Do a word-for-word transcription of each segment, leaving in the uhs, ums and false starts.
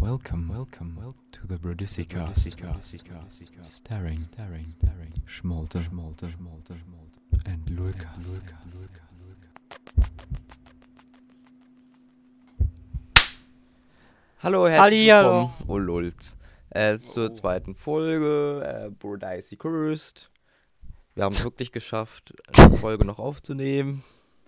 welcome, welcome, welcome to the Brodisicast. Staring, staring, staring, Schmolte, Schmolte, Schmolte, Schmolte, and Lukas. Hallo, herzlich Hallihallo. willkommen, oh Lulz, äh, zur Oh. zweiten Folge, äh, Brodicey Cursed. Wir haben es wirklich geschafft, eine Folge noch aufzunehmen.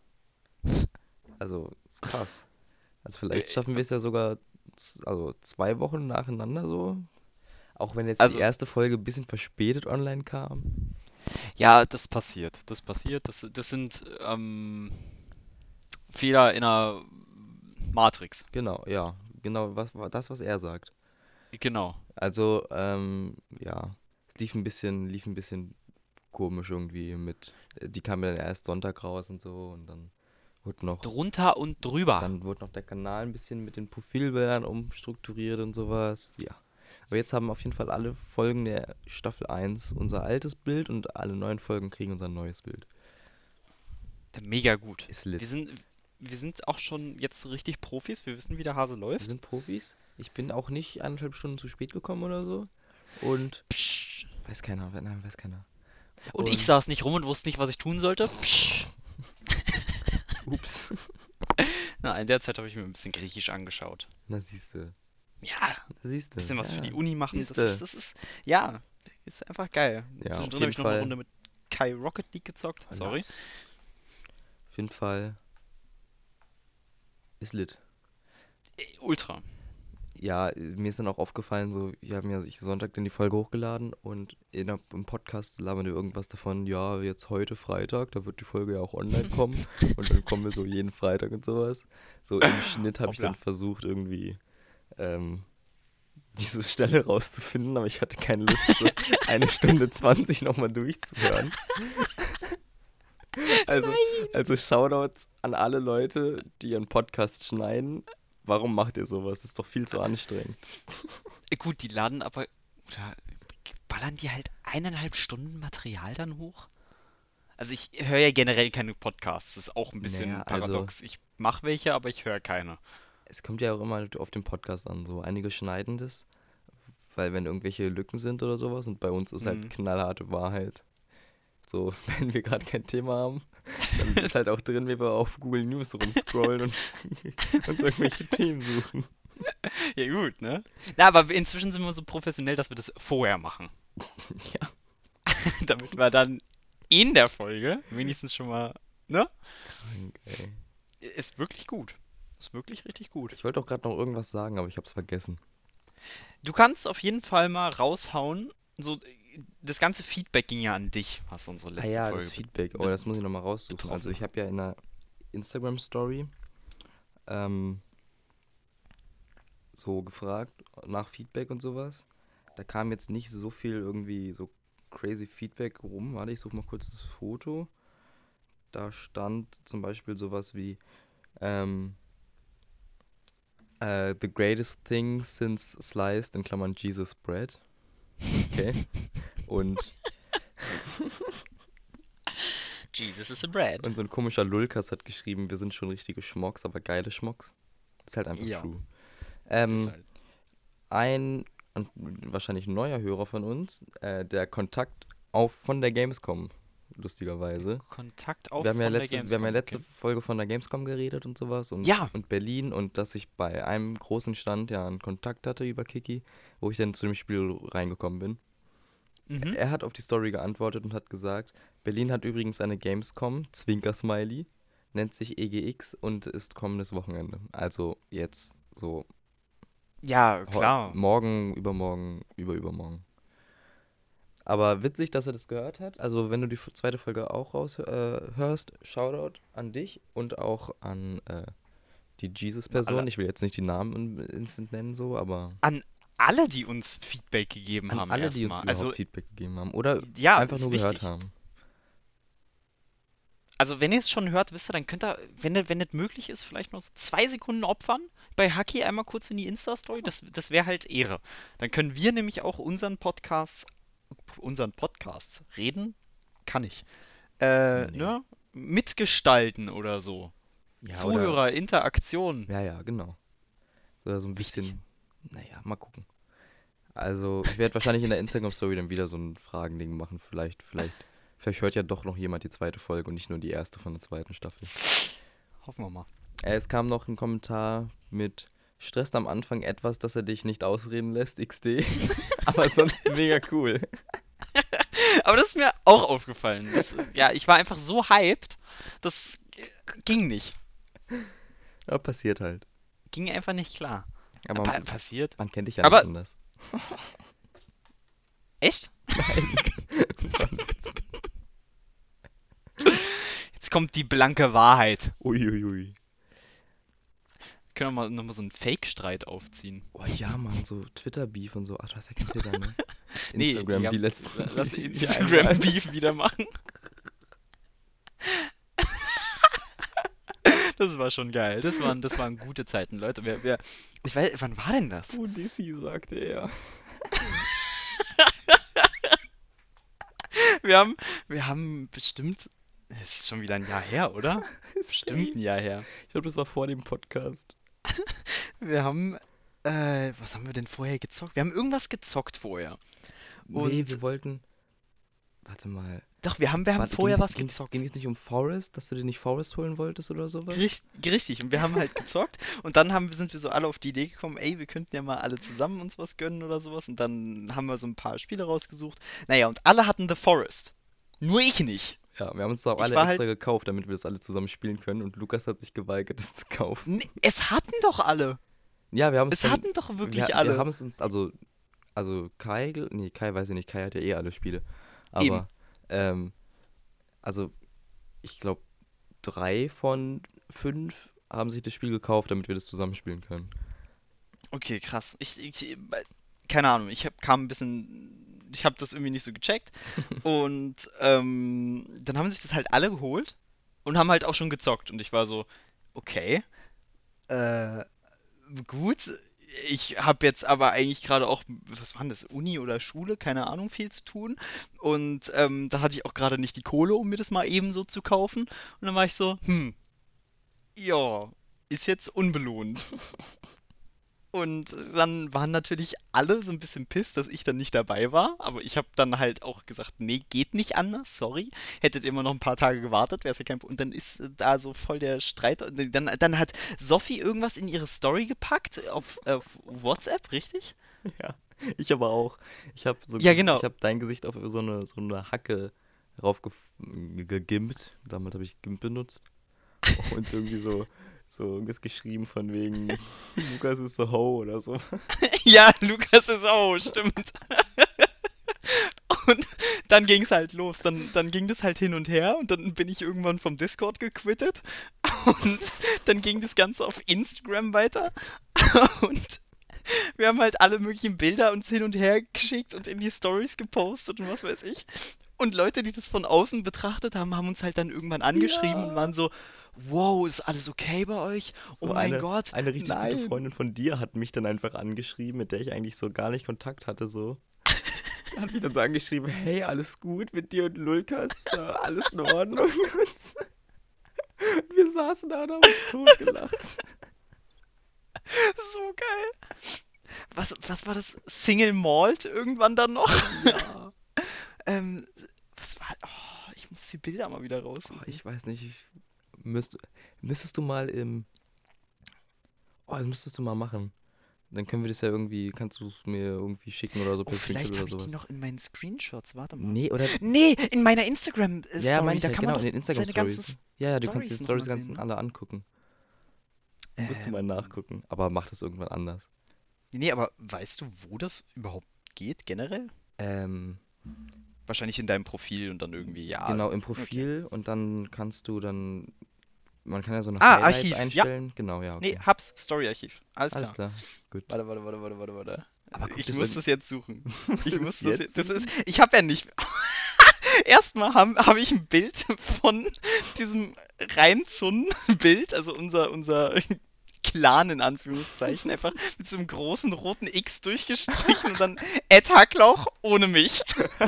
Also, ist krass. Also vielleicht schaffen wir es ja sogar z- also zwei Wochen nacheinander so. Auch wenn jetzt Also- die erste Folge ein bisschen verspätet online kam. Ja, das passiert. Das passiert. Das, das sind ähm, Fehler in der Matrix. Genau, ja. Genau, was war das, was er sagt. Genau. Also, ähm, ja. Es lief ein bisschen, lief ein bisschen komisch irgendwie mit. Die kam ja dann erst Sonntag raus und so und dann wurde noch. Drunter und drüber. Dann wurde noch der Kanal ein bisschen mit den Profilbildern umstrukturiert und sowas. Ja. Aber jetzt haben auf jeden Fall alle Folgen der Staffel eins unser altes Bild und alle neuen Folgen kriegen unser neues Bild. Mega gut. Ist lit. Wir sind, wir sind auch schon jetzt richtig Profis. Wir wissen, wie der Hase Wir läuft. sind Profis. Ich bin auch nicht eineinhalb Stunden zu spät gekommen oder so. Und Psch. weiß keiner, nein, weiß keiner. Und ich saß nicht rum und wusste nicht, was ich tun sollte. Psch. Ups. Na, in der Zeit habe ich mir ein bisschen Griechisch angeschaut. Na siehste. Ja, Na siehste. ein bisschen was ja, für die Uni machen. Das siehste. ist, das ist, ja, ist einfach geil. Ja, auf Zwischendrin jeden habe ich noch eine Fall. Runde mit Kai Rocket League gezockt. Ah, Sorry. nice. Auf jeden Fall ist lit. Äh, Ultra. Ja, mir ist dann auch aufgefallen, so, wir haben ja Sonntag dann die Folge hochgeladen und in der, im Podcast labern wir irgendwas davon, ja, jetzt heute Freitag, da wird die Folge ja auch online kommen und dann kommen wir so jeden Freitag und sowas. So im Schnitt habe ich dann Hoppla. versucht, irgendwie ähm, diese Stelle rauszufinden, aber ich hatte keine Lust, das so eine Stunde zwanzig nochmal durchzuhören. Also, also Shoutouts an alle Leute, die ihren Podcast schneiden. Warum macht ihr sowas? Das ist doch viel zu anstrengend. Äh, Gut, die laden aber. Oder ballern die halt eineinhalb Stunden Material dann hoch? Also ich höre ja generell keine Podcasts. Das ist auch ein bisschen Naja, also- paradox. Ich mache welche, aber ich höre keine. Es kommt ja auch immer auf den Podcast an. So einige schneiden das, weil wenn irgendwelche Lücken sind oder sowas und bei uns ist Mhm. halt knallharte Wahrheit. So, wenn wir gerade kein Thema haben, dann ist halt auch drin, wie wir auf Google News rumscrollen und uns irgendwelche Themen suchen. Ja gut, ne? Na, aber inzwischen sind wir so professionell, dass wir das vorher machen. Ja, Damit wir dann in der Folge wenigstens schon mal, ne? krank, ey. Ist wirklich gut. Ist wirklich richtig gut. Ich wollte auch gerade noch irgendwas sagen, aber ich hab's vergessen. Du kannst auf jeden Fall mal raushauen. So, das ganze Feedback ging ja an dich, was unsere Ah letzte ja, Folge das Feedback. Oh, be- das muss ich nochmal raussuchen. betroffen Also ich hat. habe ja in einer Instagram-Story ähm, so gefragt nach Feedback und sowas. Da kam jetzt nicht so viel irgendwie so crazy Feedback rum. Warte, ich suche mal kurz das Foto. Da stand zum Beispiel sowas wie ähm, äh, The greatest thing since sliced in Klammern Jesus bread. Okay. Und Jesus is a bread. Und so ein komischer Lulkas hat geschrieben, wir sind schon richtige Schmocks, aber geile Schmocks. Ist halt einfach Ja. true. Ist Ähm, halt- ein und wahrscheinlich ein neuer Hörer von uns, äh, der Kontakt auf von der Gamescom, lustigerweise. Kontakt auf Wir haben ja von der letzte, wir haben Gamescom, ja letzte okay. Folge von der Gamescom geredet und sowas und, Ja. und Berlin und dass ich bei einem großen Stand ja einen Kontakt hatte über Kiki, wo ich dann zu dem Spiel reingekommen bin. Mhm. Er hat auf die Story geantwortet und hat gesagt, Berlin hat übrigens eine Gamescom, Zwinker-Smiley, nennt sich E G X und ist kommendes Wochenende. Also jetzt so Ja, heu- klar. morgen, übermorgen, überübermorgen. Aber witzig, dass er das gehört hat. Also wenn du die f- zweite Folge auch raushörst, äh, hörst, Shoutout an dich und auch an äh, die Jesus-Person. alle- Ich will jetzt nicht die Namen in- instant nennen so, aber An alle, die uns Feedback gegeben an haben alle, die uns erstmal. überhaupt Also, Feedback gegeben haben. Oder ja, einfach ist nur gehört wichtig. haben. Also wenn ihr es schon hört, wisst ihr, dann könnt ihr, wenn das, wenn das möglich ist, vielleicht noch so zwei Sekunden opfern. Bei Haki einmal kurz in die Insta-Story. Das, das wäre halt Ehre. Dann können wir nämlich auch unseren Podcast, unseren Podcasts reden. Kann ich. Äh, Nee. ne? Mitgestalten oder so. Ja, oder- Zuhörer, Interaktion. Ja, ja, genau. So, so ein Wichtig. bisschen Naja, mal gucken. Also, ich werde wahrscheinlich in der Instagram-Story dann wieder so ein Fragending machen. Vielleicht, vielleicht, vielleicht hört ja doch noch jemand die zweite Folge und nicht nur die erste von der zweiten Staffel. Hoffen wir mal. Äh, es kam noch ein Kommentar mit stresst am Anfang etwas, dass er dich nicht ausreden lässt, X D. Aber sonst mega cool. Aber das ist mir auch aufgefallen. Das, ja, ich war einfach so hyped, das ging nicht. Ja, passiert halt. Ging einfach nicht klar. Aber Pa man, passiert. man kennt dich ja Aber- nicht anders. Echt? Nein. Das war ein Witz. Jetzt kommt die blanke Wahrheit. Uiuiui. Wir können wir mal nochmal so einen Fake-Streit aufziehen. Oh ja, Mann, so Twitter-Beef und so. Ach, du hast ja kein Twitter, ne? Nee, Instagram, ja, wie letztes Lass wie Instagram-Beef wieder machen. Das war schon geil. Das waren, das waren gute Zeiten, Leute. Wir, wir, ich weiß, wann war denn das? Odyssi, sagte er. Wir haben, wir haben bestimmt, es ist schon wieder ein Jahr her, oder? Bestimmt ein Jahr her. Ich glaube, das war vor dem Podcast. Wir haben, äh, was haben wir denn vorher gezockt? Wir haben irgendwas gezockt vorher. Nee, Und- wir wollten... Warte mal. Doch, wir haben, wir haben Warte, vorher ging, was ging's, gezockt. Ging es nicht um Forest, dass du dir nicht Forest holen wolltest oder sowas? Richt, richtig, und wir haben halt gezockt und dann haben, sind wir so alle auf die Idee gekommen, ey, wir könnten ja mal alle zusammen uns was gönnen oder sowas und dann haben wir so ein paar Spiele rausgesucht. Naja, und alle hatten The Forest. Nur ich nicht. Ja, wir haben uns das auch Ich alle war extra gekauft, damit wir das alle zusammen spielen können und Lukas hat sich geweigert, das zu kaufen. Nee, es hatten doch alle. Ja, wir haben es Es dann, hatten doch wirklich wir, alle. Wir haben es uns, also, also Kai, gel- nee, Kai weiß ich nicht, Kai hat ja eh alle Spiele. Aber, Eben. ähm, also, ich glaube, drei von fünf haben sich das Spiel gekauft, damit wir das zusammenspielen können. Okay, krass. Ich, ich keine Ahnung, ich hab, kam ein bisschen, ich habe das irgendwie nicht so gecheckt und ähm, dann haben sich das halt alle geholt und haben halt auch schon gezockt und ich war so, okay, äh, gut, ich habe jetzt aber eigentlich gerade auch, was war denn das, Uni oder Schule, keine Ahnung, viel zu tun und ähm, da hatte ich auch gerade nicht die Kohle, um mir das mal eben so zu kaufen und dann war ich so, hm, ja, ist jetzt unbelohnt. Und dann waren natürlich alle so ein bisschen pisst, dass ich dann nicht dabei war. Aber ich habe dann halt auch gesagt, nee, geht nicht anders, sorry. Hättet immer noch ein paar Tage gewartet, wäre es ja kein Problem. Und dann ist äh, da so voll der Streit. Und dann, dann hat Sophie irgendwas in ihre Story gepackt auf, auf WhatsApp, richtig? Ja, ich aber auch. Ich habe so, Ja, ges- genau. ich habe dein Gesicht auf so eine, so eine Hacke raufgegimpt. Damals habe ich Gimp benutzt. Und irgendwie so, so irgendwas geschrieben von wegen Lukas ist so ho oder so. Ja, Lukas ist auch, stimmt. Und dann ging es halt los. Dann, dann ging das halt hin und her und dann bin ich irgendwann vom Discord gequittet. Und dann ging das Ganze auf Instagram weiter. Und wir haben halt alle möglichen Bilder uns hin und her geschickt und in die Stories gepostet und was weiß ich. Und Leute, die das von außen betrachtet haben, haben uns halt dann irgendwann angeschrieben Ja. und waren so, wow, ist alles okay bei euch? So Oh mein eine, Gott, Eine richtig nein. gute Freundin von dir hat mich dann einfach angeschrieben, mit der ich eigentlich so gar nicht Kontakt hatte, so. Die hat mich dann so angeschrieben, hey, alles gut mit dir und Lukas? Ist da alles in Ordnung? Und wir saßen da und haben uns totgelacht. So geil. Was, was war das? Single Malt irgendwann dann noch? Ja. ähm, was war. Oh, ich muss die Bilder mal wieder raussuchen. Oh, ich weiß nicht, ich müsst, müsstest du mal im... Oh, das müsstest du mal machen. Dann können wir das ja irgendwie, kannst du es mir irgendwie schicken oder so Oh, per vielleicht Screenshot habe oder ich die sowas. noch in meinen Screenshots. Warte mal. Nee, oder... Nee, in meiner Instagram-Story. Ja, meine ich da ja, kann genau, man in den doch seine Instagram-Stories. ganzen Ja, ja, du kannst die Stories noch Stories mal ganzen sehen. alle angucken. Musst du mal Ähm, nachgucken. Aber mach das irgendwann anders. Nee, aber weißt du, wo das überhaupt geht, generell? Ähm, Wahrscheinlich in deinem Profil und dann irgendwie, ja. genau, im Profil und dann kannst du dann... Man kann ja so eine Ah, Highlights Archiv, ja. einstellen. Genau, ja, Nee, okay. hab's, Story-Archiv. Alles, Alles klar. klar, gut. Warte, warte, warte, warte, warte, warte. Aber guck Ich das muss mal- das jetzt suchen. Musst Ich du muss das das jetzt jetzt. Das suchen? ist, ich habe ja nicht. Erstmal habe hab ich ein Bild von diesem Reinzun-Bild, also unser, unser Clan in Anführungszeichen, einfach mit so einem großen roten X durchgestrichen und dann Ed Hacklauch ohne mich.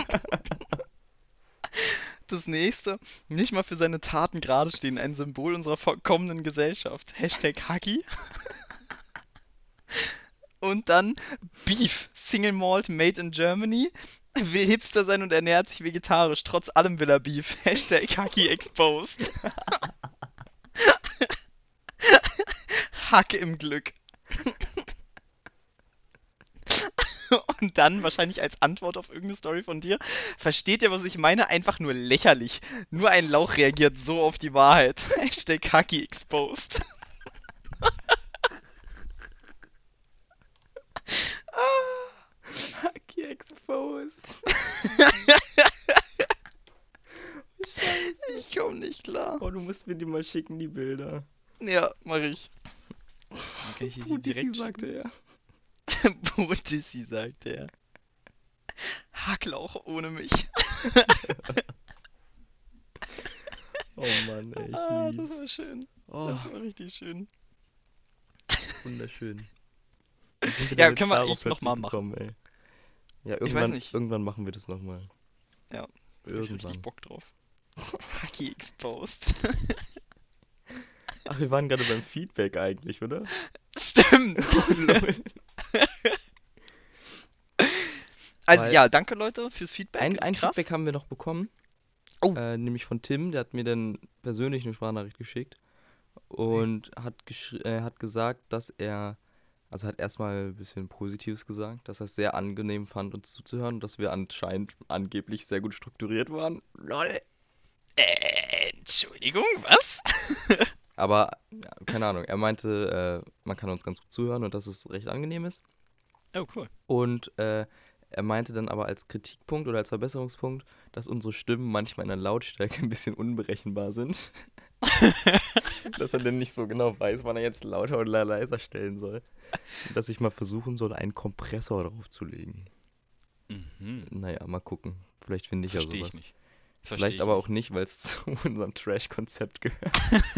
Das nächste, nicht mal für seine Taten gerade stehen, ein Symbol unserer kommenden Gesellschaft. Hashtag Huggy. Und dann Beef, Single Malt Made in Germany. Will Hipster sein und ernährt sich vegetarisch. Trotz allem will er Beef. Hashtag Haki exposed. Hack im Glück. Und dann wahrscheinlich als Antwort auf irgendeine Story von dir. Versteht ihr, was ich meine? Einfach nur lächerlich. Nur ein Lauch reagiert so auf die Wahrheit. Hashtag Haki exposed. Haki exposed. Ich komm nicht klar. Oh, du musst mir die mal schicken, die Bilder. Ja, mach ich. Okay, hier Budissi sagte er. Budissi sagte er. Hacklauch ohne mich. Oh Mann, ey, ich Ah, lieb's. das war schön. Oh, Das war richtig schön. wunderschön. Wie sind wir Ja, denn können jetzt wir darauf echt noch mal plötzlich gekommen, ey? Ja, weiß irgendwann, nicht. irgendwann machen wir das nochmal. Ja, hab ich richtig Irgendwann. Bock drauf. Haki exposed. Ach, wir waren gerade beim Feedback eigentlich, oder? Stimmt. Also Weil- ja, danke Leute fürs Feedback. Ein, Ist ein krass. Feedback haben wir noch bekommen. Oh. Äh, nämlich von Tim, der hat mir dann persönlich eine Sprachnachricht geschickt und hat, geschri- äh, hat gesagt, dass er, also hat erstmal ein bisschen Positives gesagt, dass er es sehr angenehm fand, uns zuzuhören und dass wir anscheinend angeblich sehr gut strukturiert waren. Lol. Äh, Entschuldigung, was? Aber, ja, keine Ahnung, er meinte, äh, man kann uns ganz gut zuhören und dass es recht angenehm ist. Oh, cool. Und äh, er meinte dann aber als Kritikpunkt oder als Verbesserungspunkt, dass unsere Stimmen manchmal in der Lautstärke ein bisschen unberechenbar sind. Dass er dann nicht so genau weiß, wann er jetzt lauter oder leiser stellen soll. Und dass ich mal versuchen soll, einen Kompressor draufzulegen. Mhm. Naja, mal gucken. Vielleicht finde ich ja Verstehe sowas. ich nicht. Versteh Vielleicht ich aber nicht. auch nicht, weil es zu unserem Trash-Konzept gehört.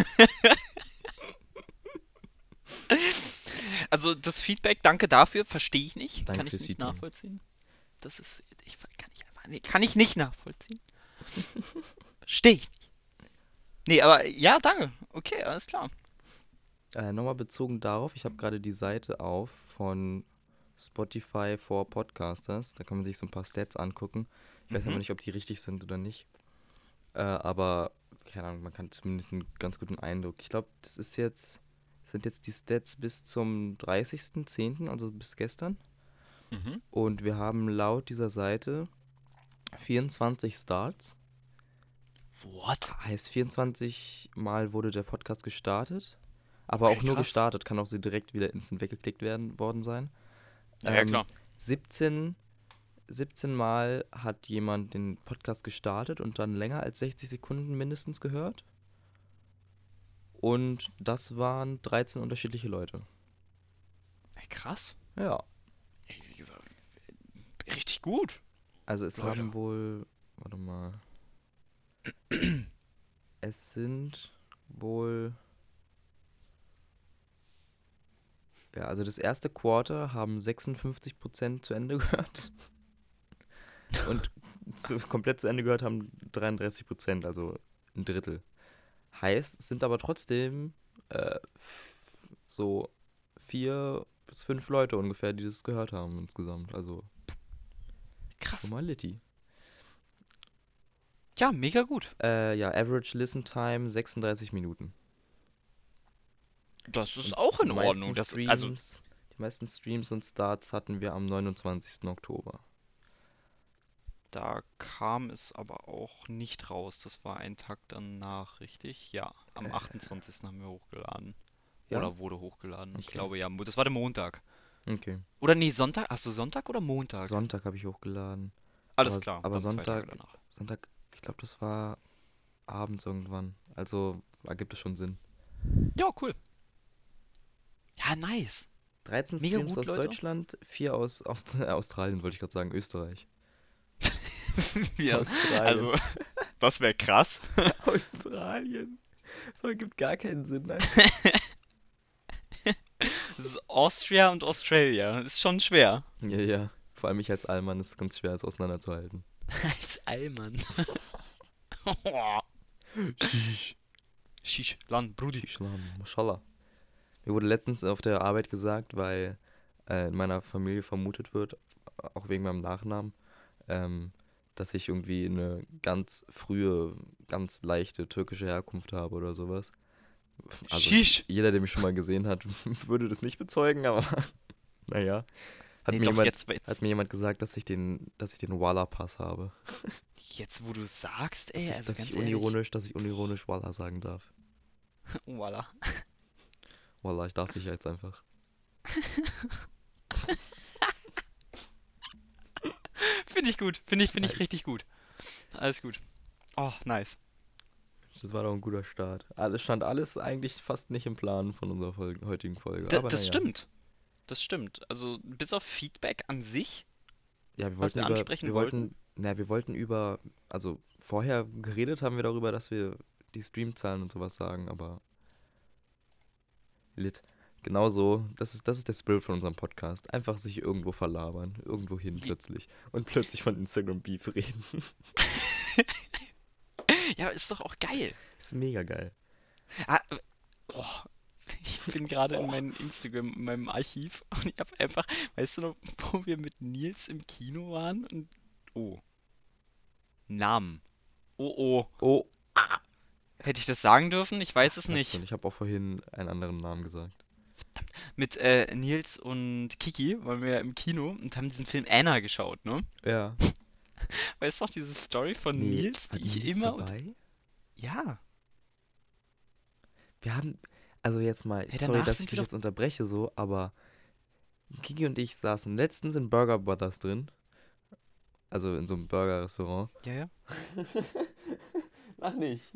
Also das Feedback, danke dafür, verstehe ich nicht. Danke kann ich fürs nicht Feedback. nachvollziehen. Das ist, ich kann ich einfach nicht, kann ich nicht nachvollziehen. Verstehe ich nicht. Nee, aber ja, danke. Okay, alles klar. Äh, nochmal bezogen darauf, ich habe gerade die Seite auf von Spotify for Podcasters. Da kann man sich so ein paar Stats angucken. Ich weiß Mhm. aber nicht, ob die richtig sind oder nicht. Äh, aber, keine Ahnung, man kann zumindest einen ganz guten Eindruck. Ich glaube, das ist jetzt, sind jetzt die Stats bis zum dreißigsten zehnten, also bis gestern. Mhm. Und wir haben laut dieser Seite vierundzwanzig Starts. What? Heißt, vierundzwanzig Mal wurde der Podcast gestartet. Aber Okay, auch nur krass. gestartet, kann auch sie direkt wieder instant weggeklickt werden worden sein. Ja, ja, Ähm, klar. siebzehn, siebzehn Mal hat jemand den Podcast gestartet und dann länger als sechzig Sekunden mindestens gehört. Und das waren dreizehn unterschiedliche Leute. Ey, krass. Ja, Ey, wie gesagt, richtig gut. also es Leute. haben wohl, warte mal, es sind wohl, ja, also das erste Quarter haben sechsundfünfzig Prozent zu Ende gehört. Und zu, komplett zu Ende gehört haben dreiunddreißig Prozent, also ein Drittel. Heißt, es sind aber trotzdem äh, f- so vier bis fünf Leute ungefähr, die das gehört haben insgesamt. Also Krass. schon mal Litti. Ja, mega gut. Äh, ja, Average Listen Time sechsunddreißig Minuten. Das ist Und auch in die Ordnung. meisten Das, Streams, also, die meisten Streams und Starts hatten wir am neunundzwanzigsten Oktober. da kam es aber auch nicht raus. Das war ein Tag danach, richtig? Ja, am Äh. achtundzwanzigsten haben wir hochgeladen. Ja? Oder wurde hochgeladen. Ich Okay. glaube ja, Mo- das war der Montag. Okay. Oder nee, Sonntag? Achso, Sonntag oder Montag? Sonntag habe ich hochgeladen. Alles aber- klar. aber dann zwei Tage Sonntag- danach. Sonntag, ich glaube, das war abends irgendwann. Also ergibt es schon Sinn. Ja, cool. Ja, nice. dreizehn Mega Streams gut, aus Leute. Deutschland, vier aus, aus Australien, wollte ich gerade sagen, Österreich. Ja, Australien. also, das wäre krass. Australien. Das ergibt gar keinen Sinn. Nein. Das ist Austria und Australia. Ist schon schwer. Ja, ja. Vor allem ich als Allmann ist es ganz schwer, es auseinanderzuhalten. Als Allmann. Shish. Shish, Lan, Brudi. Shishlan, Mashallah. Mir wurde letztens auf der Arbeit gesagt, weil äh, in meiner Familie vermutet wird, auch wegen meinem Nachnamen, ähm, dass ich irgendwie eine ganz frühe, ganz leichte türkische Herkunft habe oder sowas. Also Shish. jeder, der mich schon mal gesehen hat, würde das nicht bezeugen, aber naja. Hat, Nee, mir doch, jemand, jetzt, hat jetzt, mir jemand gesagt, dass ich den, dass ich den Walla-Pass habe. jetzt, wo du es sagst, Dass ey, ich, also dass ganz ich ehrlich. unironisch, dass ich unironisch Walla sagen darf. Voila. Walla, ich darf nicht jetzt einfach. Finde ich gut. Finde ich, finde ich Nice. richtig gut. Alles gut. Oh, nice. Das war doch ein guter Start. Alles stand alles eigentlich fast nicht im Plan von unserer Fol heutigen Folge. D Aber das naja. stimmt. Das stimmt. Also, bis auf Feedback an sich, Ja, wir was wollten wir über, ansprechen wir wollten. wollten, na, wir wollten über, also vorher geredet haben wir darüber, dass wir die Streamzahlen und sowas sagen, aber lit. Genau so, das ist, das ist der Spirit von unserem Podcast. Einfach sich irgendwo verlabern, irgendwo hin I- plötzlich und plötzlich von Instagram Beef reden. Ja, ist doch auch geil. Ist mega geil. Ah, äh, oh, ich bin gerade in meinem Instagram, in meinem Archiv und ich habe einfach, weißt du noch, wo wir mit Nils im Kino waren und, oh, Namen. Oh, oh. Oh, Hätte ich das sagen dürfen? Ich weiß es passt nicht. schon. Ich habe auch vorhin einen anderen Namen gesagt. Mit äh, Nils und Kiki waren wir im Kino und haben diesen Film Anna geschaut, ne? Ja. Weißt du noch diese Story von Nee, Nils, war die ich Nils immer und dabei? ja, Wir haben, also jetzt mal, Hey, sorry, danach dass sind ich wir dich doch- jetzt unterbreche so, aber Kiki und ich saßen letztens in Burger Brothers drin. Also in so einem Burger-Restaurant. ja, ja. Ach nicht.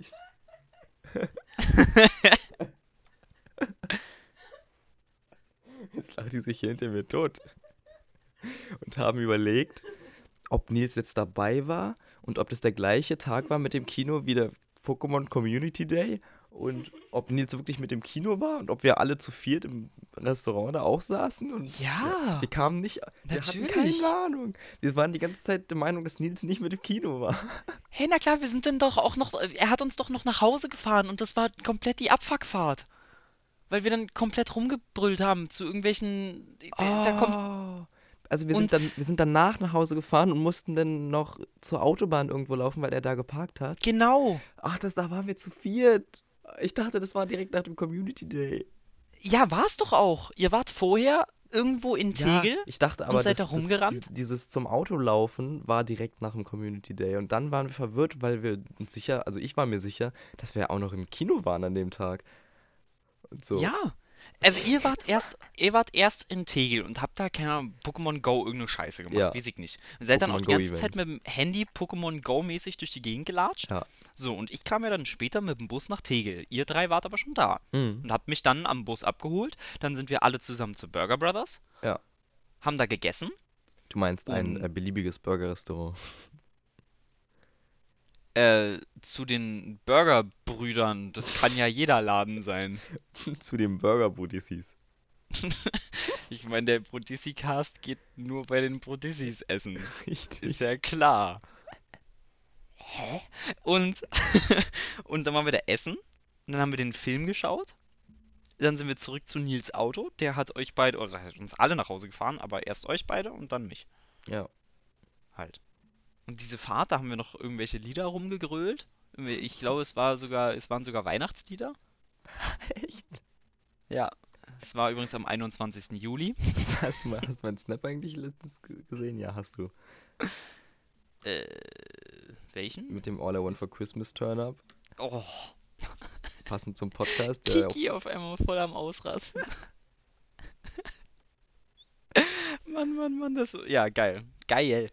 Jetzt lacht die sich hier hinter mir tot. Und haben überlegt, ob Nils jetzt dabei war und ob das der gleiche Tag war mit dem Kino wie der Pokémon Community Day und ob Nils wirklich mit dem Kino war und ob wir alle zu viert im Restaurant da auch saßen und Ja, wir kamen nicht, wir hatten natürlich. keine Ahnung. Wir waren die ganze Zeit der Meinung, dass Nils nicht mit im Kino war. Hey, na klar, wir sind dann doch auch noch, er hat uns doch noch nach Hause gefahren und das war komplett die Abfuckfahrt. Weil wir dann komplett rumgebrüllt haben zu irgendwelchen, da kommt, Oh. Also wir Und- sind dann, wir sind danach nach Hause gefahren und mussten dann noch zur Autobahn irgendwo laufen, weil er da geparkt hat. genau. Ach, das, da waren wir zu viert. Ich dachte, das war direkt nach dem Community Day. Ja, war's doch auch. Ihr wart vorher irgendwo in Tegel. Ja, ich dachte aber, seid das, da rumgerannt? Das, dieses zum Auto laufen war direkt nach dem Community Day. Und dann waren wir verwirrt, weil wir uns sicher, also ich war mir sicher, dass wir auch noch im Kino waren an dem Tag. Und so. Ja. Also ihr wart erst, ihr wart erst in Tegel und habt da, keine Ahnung, Pokémon Go irgendeine Scheiße gemacht, Ja. weiß ich nicht. Und seid dann auch Pokémon die Go ganze Event. Zeit mit dem Handy Pokémon Go mäßig durch die Gegend gelatscht. Ja. So, und ich kam ja dann später mit dem Bus nach Tegel. Ihr drei wart aber schon da. Mhm. Und habt mich dann am Bus abgeholt. Dann sind wir alle zusammen zu Burger Brothers. Ja. Haben da gegessen. Du meinst ein Und- äh, beliebiges Burgerrestaurant. Äh, zu den Burgerbrüdern. Das kann ja jeder Laden sein. Zu dem Burger-Buddies hieß. Ich meine, der Brodissi-Cast geht nur bei den Brodissis essen. Richtig. Ist ja klar. Hä? Und, und dann waren wir da essen. Und dann haben wir den Film geschaut. Dann sind wir zurück zu Nils Auto. Der hat euch beide, oder hat uns alle nach Hause gefahren, aber erst euch beide und dann mich. Ja. Halt. Und diese Fahrt, da haben wir noch irgendwelche Lieder rumgegrölt. Ich glaube, es war sogar, es waren sogar Weihnachtslieder. Echt? Ja. Es war übrigens am einundzwanzigsten Juli. Was hast du mal, hast du meinen Snap eigentlich letztens ge- gesehen? Ja, hast du. Äh, welchen? Mit dem All I Want for Christmas Turn-Up. Oh, Passend zum Podcast. Der auch, Kiki auf einmal voll am Ausrasten. Mann, Mann, Mann, das. Ja, geil. Geil.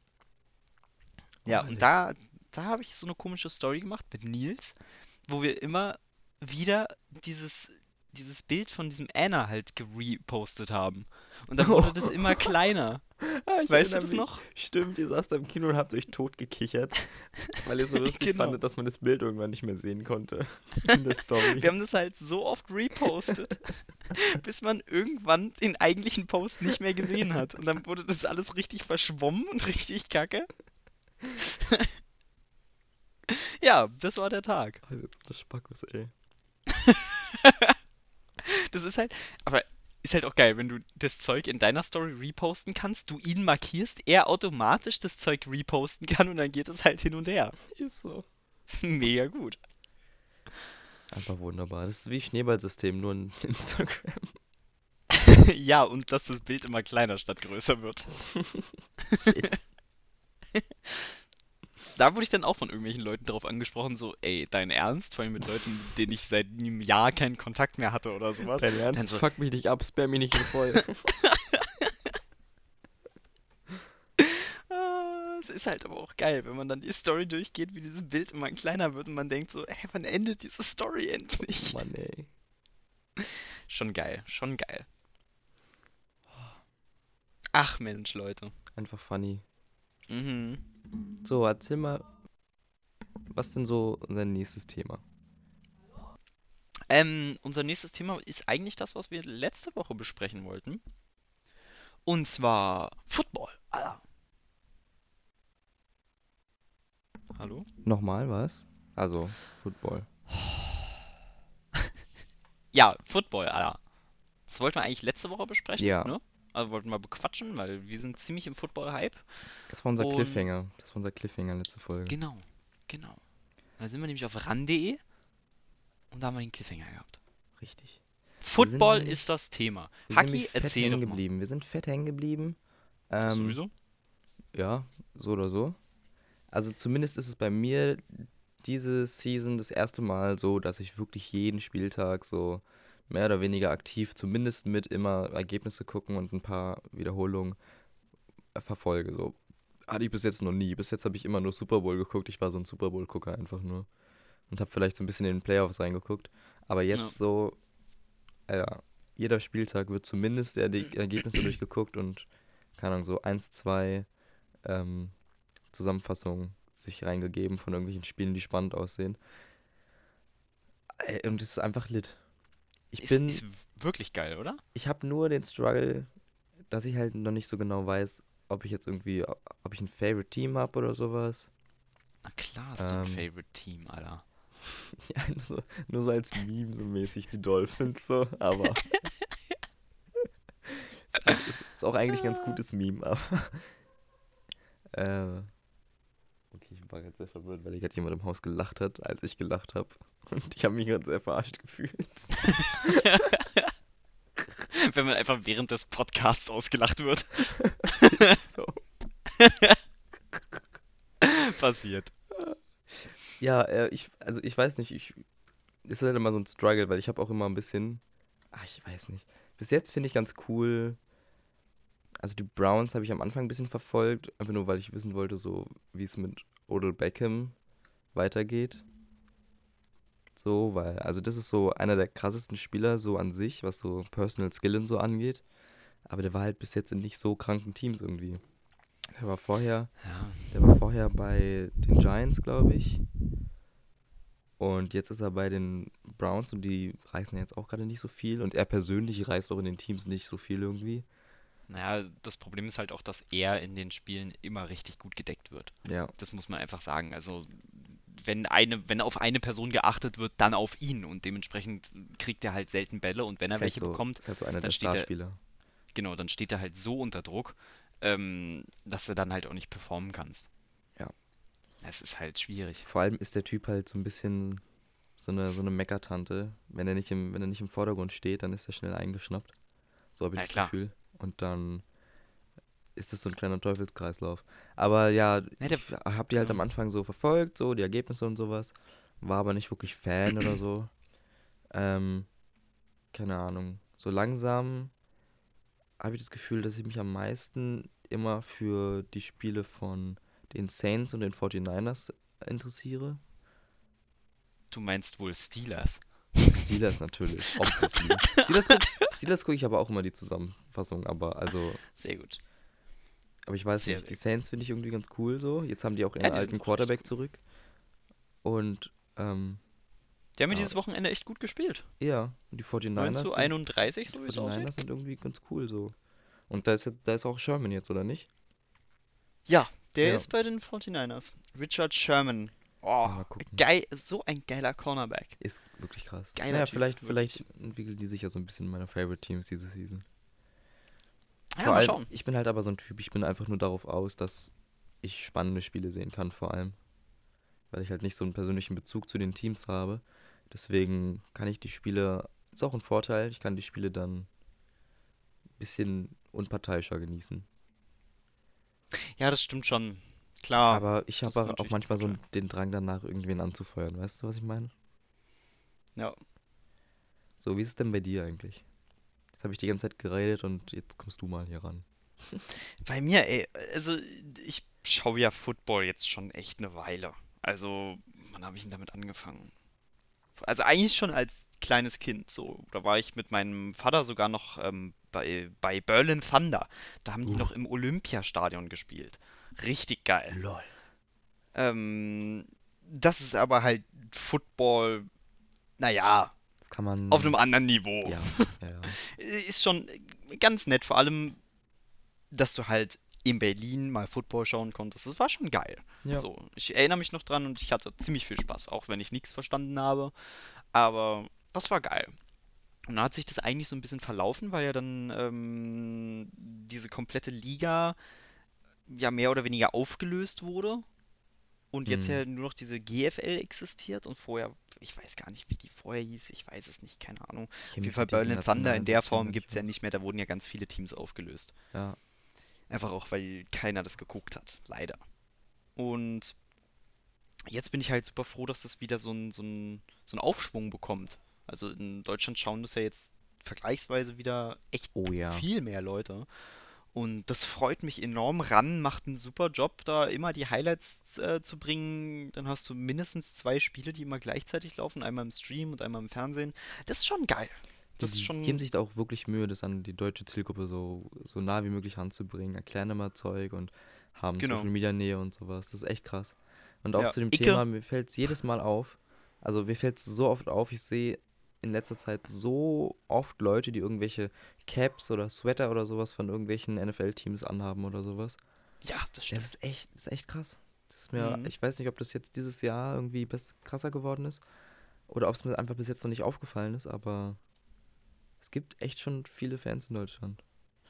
Ja, Oh, und da, da habe ich so eine komische Story gemacht mit Nils, wo wir immer wieder dieses, dieses Bild von diesem Anna halt gerepostet haben. Und dann wurde das immer kleiner. Ah, ich Weißt du erinnere das mich. noch? Stimmt, ihr saßt da im Kino und habt euch totgekichert, weil ihr so lustig Genau. fandet, dass man das Bild irgendwann nicht mehr sehen konnte in der Story. Wir haben das halt so oft repostet, bis man irgendwann den eigentlichen Post nicht mehr gesehen hat. Und dann wurde das alles richtig verschwommen und richtig kacke. Ja, das war der Tag. Oh, jetzt das Spackus, ey. Das ist halt, aber ist halt auch geil, wenn du das Zeug in deiner Story reposten kannst, du ihn markierst, er automatisch das Zeug reposten kann und dann geht es halt hin und her. Ist so. Mega gut. Einfach wunderbar. Das ist wie Schneeballsystem, nur in Instagram. Ja, und dass das Bild immer kleiner statt größer wird. Shit. Da wurde ich dann auch von irgendwelchen Leuten drauf angesprochen, so, ey, dein Ernst? Vor allem mit Leuten, mit denen ich seit einem Jahr keinen Kontakt mehr hatte oder sowas. Dein Dann Ernst? so, Fuck mich nicht ab, spam mich nicht in voll. ah, es ist halt aber auch geil, wenn man dann die Story durchgeht, wie dieses Bild immer kleiner wird und man denkt so, hä, wann endet diese Story endlich? Mann, ey. Schon geil, schon geil. Ach Mensch, Leute. Einfach funny. Mhm. So, erzähl mal, was denn so unser nächstes Thema? Ähm, unser nächstes Thema ist eigentlich das, was wir letzte Woche besprechen wollten. Und zwar Football. Alter. Hallo? Nochmal was? Also, Football. Ja, Football, Alter. Das wollten wir eigentlich letzte Woche besprechen, Ja. ne? Also wollten wir bequatschen, weil wir sind ziemlich im Football-Hype. Das war unser Und- Cliffhanger. Das war unser Cliffhanger letzte Folge. Genau, genau. Da sind wir nämlich auf ran punkt de und da haben wir den Cliffhanger gehabt. Richtig. Football nämlich- ist das Thema. Wir sind Haki, nämlich fett erzähl hängen doch mal. geblieben. Wir sind fett hängen geblieben. Ähm, Sowieso? Ja, so oder so. Also zumindest ist es bei mir diese Season das erste Mal so, dass ich wirklich jeden Spieltag so mehr oder weniger aktiv, zumindest mit immer Ergebnisse gucken und ein paar Wiederholungen äh, verfolge. So hatte ich bis jetzt noch nie. Bis jetzt habe ich immer nur Super Bowl geguckt. Ich war so ein Super Bowl-Gucker einfach nur. Und habe vielleicht so ein bisschen in den Playoffs reingeguckt. Aber jetzt Ja. so, äh, ja, jeder Spieltag wird zumindest der die Ergebnisse durchgeguckt und, keine Ahnung, so eins, zwei ähm, Zusammenfassungen sich reingegeben von irgendwelchen Spielen, die spannend aussehen. Äh, Und es ist einfach lit. Ich Ist, bin, ist wirklich geil, oder? ich habe nur den Struggle, dass ich halt noch nicht so genau weiß, ob ich jetzt irgendwie, ob ich ein Favorite Team habe oder sowas. Na klar, hast du ein Ähm. Favorite Team, Alter. Ja, nur so, nur so als Meme so mäßig, die Dolphins so, aber ist, auch- ist, ist auch eigentlich ein ganz gutes Meme, aber äh, okay, ich war gerade sehr verwirrt, weil hier gerade jemand im Haus gelacht hat, als ich gelacht habe und ich habe mich gerade sehr verarscht gefühlt. Wenn man einfach während des Podcasts ausgelacht wird. So. Passiert. Ja, äh, ich, also ich weiß nicht, ich, ist halt immer so ein Struggle, weil ich habe auch immer ein bisschen, ach, ich weiß nicht. Bis jetzt finde ich ganz cool, also die Browns habe ich am Anfang ein bisschen verfolgt, einfach nur, weil ich wissen wollte, so wie es mit Odell Beckham weitergeht. So, weil, also das ist so einer der krassesten Spieler so an sich, was so Personal Skill und so angeht. Aber der war halt bis jetzt in nicht so kranken Teams irgendwie. Der war vorher, Ja. der war vorher bei den Giants, glaube ich. Und jetzt ist er bei den Browns und die reißen jetzt auch gerade nicht so viel. Und er persönlich reißt auch in den Teams nicht so viel irgendwie. Naja, das Problem ist halt auch, dass er in den Spielen immer richtig gut gedeckt wird. Ja, Das muss man einfach sagen. Also, wenn eine, wenn auf eine Person geachtet wird, dann auf ihn. Und dementsprechend kriegt er halt selten Bälle. Und wenn er ist halt welche so, bekommt, ist halt so einer dann der steht er- Starspieler. genau, dann steht er halt so unter Druck, ähm, dass du dann halt auch nicht performen kannst. Ja. Es ist halt schwierig. Vor allem ist der Typ halt so ein bisschen so eine, so eine Meckertante. Wenn er nicht im, wenn er nicht im Vordergrund steht, dann ist er schnell eingeschnappt. So habe ich Ja, das klar. Gefühl. Und dann ist das so ein kleiner Teufelskreislauf. Aber ja, Ja, der- ich habe die halt ja. am Anfang so verfolgt, so die Ergebnisse und sowas. War aber nicht wirklich Fan oder so. Ähm, keine Ahnung. So langsam habe ich das Gefühl, dass ich mich am meisten immer für die Spiele von den Saints und den forty-niners interessiere. Du meinst wohl Steelers. Steelers natürlich, obviously. Steelers gucke ich, Steelers guck ich aber auch immer die Zusammenfassung, aber also, Sehr gut. aber ich weiß Sehr, nicht, die sehr Saints finde ich irgendwie ganz cool so. Jetzt haben die auch ihren Ja, die alten sind auch Quarterback richtig zurück. Und, ähm, Die haben mir Ja. dieses Wochenende echt gut gespielt. ja, und die forty-niners neun zu sind- einunddreißig, die so wie es forty-niners aussieht. sind irgendwie ganz cool so. Und da ist, ja- da ist auch Sherman jetzt, oder nicht? Ja, der Ja. ist bei den forty-niners. Richard Sherman. Oh, Ja, mal gucken. geil, so ein geiler Cornerback. Ist wirklich krass. Geiler Naja, Typ, vielleicht, wirklich. vielleicht entwickeln die sich ja so ein bisschen in meine Favorite Teams diese Season. Ja, Vor mal allem, schauen. ich bin halt aber so ein Typ, ich bin einfach nur darauf aus, dass ich spannende Spiele sehen kann, vor allem. Weil ich halt nicht so einen persönlichen Bezug zu den Teams habe. Deswegen kann ich die Spiele, ist auch ein Vorteil, ich kann die Spiele dann ein bisschen unparteiischer genießen. Ja, das stimmt schon. Klar, Aber ich das ist habe auch natürlich ein manchmal so Vorteil. den Drang danach, irgendwen anzufeuern. Weißt du, was ich meine? Ja. So, wie ist es denn bei dir eigentlich? Jetzt habe ich die ganze Zeit geredet und jetzt kommst du mal hier ran. Bei mir, ey, also ich schaue ja Football jetzt schon echt eine Weile. Also, wann habe ich denn damit angefangen? Also eigentlich schon als kleines Kind so. Da war ich mit meinem Vater sogar noch ähm, bei, bei Berlin Thunder. Da haben die Uh, noch im Olympiastadion gespielt. Richtig geil. lol. Ähm, Das ist aber halt Football, naja, Das kann auf einem man, anderen Niveau. ja, ja, ja. Ist schon ganz nett, vor allem, dass du halt in Berlin mal Football schauen konntest. Das war schon geil. Ja, So, ich erinnere mich noch dran und ich hatte ziemlich viel Spaß, auch wenn ich nichts verstanden habe. Aber das war geil. Und dann hat sich das eigentlich so ein bisschen verlaufen, weil ja dann ähm, diese komplette Liga ja mehr oder weniger aufgelöst wurde und jetzt hm. ja nur noch diese G F L existiert und vorher, ich weiß gar nicht, wie die vorher hieß, ich weiß es nicht, keine Ahnung. Ich Auf kenne jeden mich Fall mit diesem Berlin Thunder in nationalen der System Form da gibt nicht es ja aus. nicht mehr, da wurden ja ganz viele Teams aufgelöst. Ja, Einfach auch, weil keiner das geguckt hat, leider. Und jetzt bin ich halt super froh, dass das wieder so ein, so ein, so einen Aufschwung bekommt. Also in Deutschland schauen das ja jetzt vergleichsweise wieder echt oh ja. viel mehr Leute. Und das freut mich enorm. RAN macht einen super Job, da immer die Highlights äh, zu bringen. Dann hast du mindestens zwei Spiele, die immer gleichzeitig laufen. Einmal im Stream und einmal im Fernsehen. Das ist schon geil. Die, Das ist die geben schon, sich da auch wirklich Mühe, das an die deutsche Zielgruppe so, so nah wie möglich ranzubringen, erklären immer Zeug und haben genau. Social Media Nähe und sowas. Das ist echt krass. Und auch Ja, zu dem Icke. Thema, mir fällt es jedes Mal auf, also mir fällt es so oft auf, ich sehe in letzter Zeit so oft Leute, die irgendwelche Caps oder Sweater oder sowas von irgendwelchen N F L-Teams anhaben oder sowas. Ja, das Das stimmt. ist echt, das ist echt krass. Das ist mir, Mhm. ich weiß nicht, ob das jetzt dieses Jahr irgendwie best, krasser geworden ist oder ob es mir einfach bis jetzt noch nicht aufgefallen ist, aber es gibt echt schon viele Fans in Deutschland.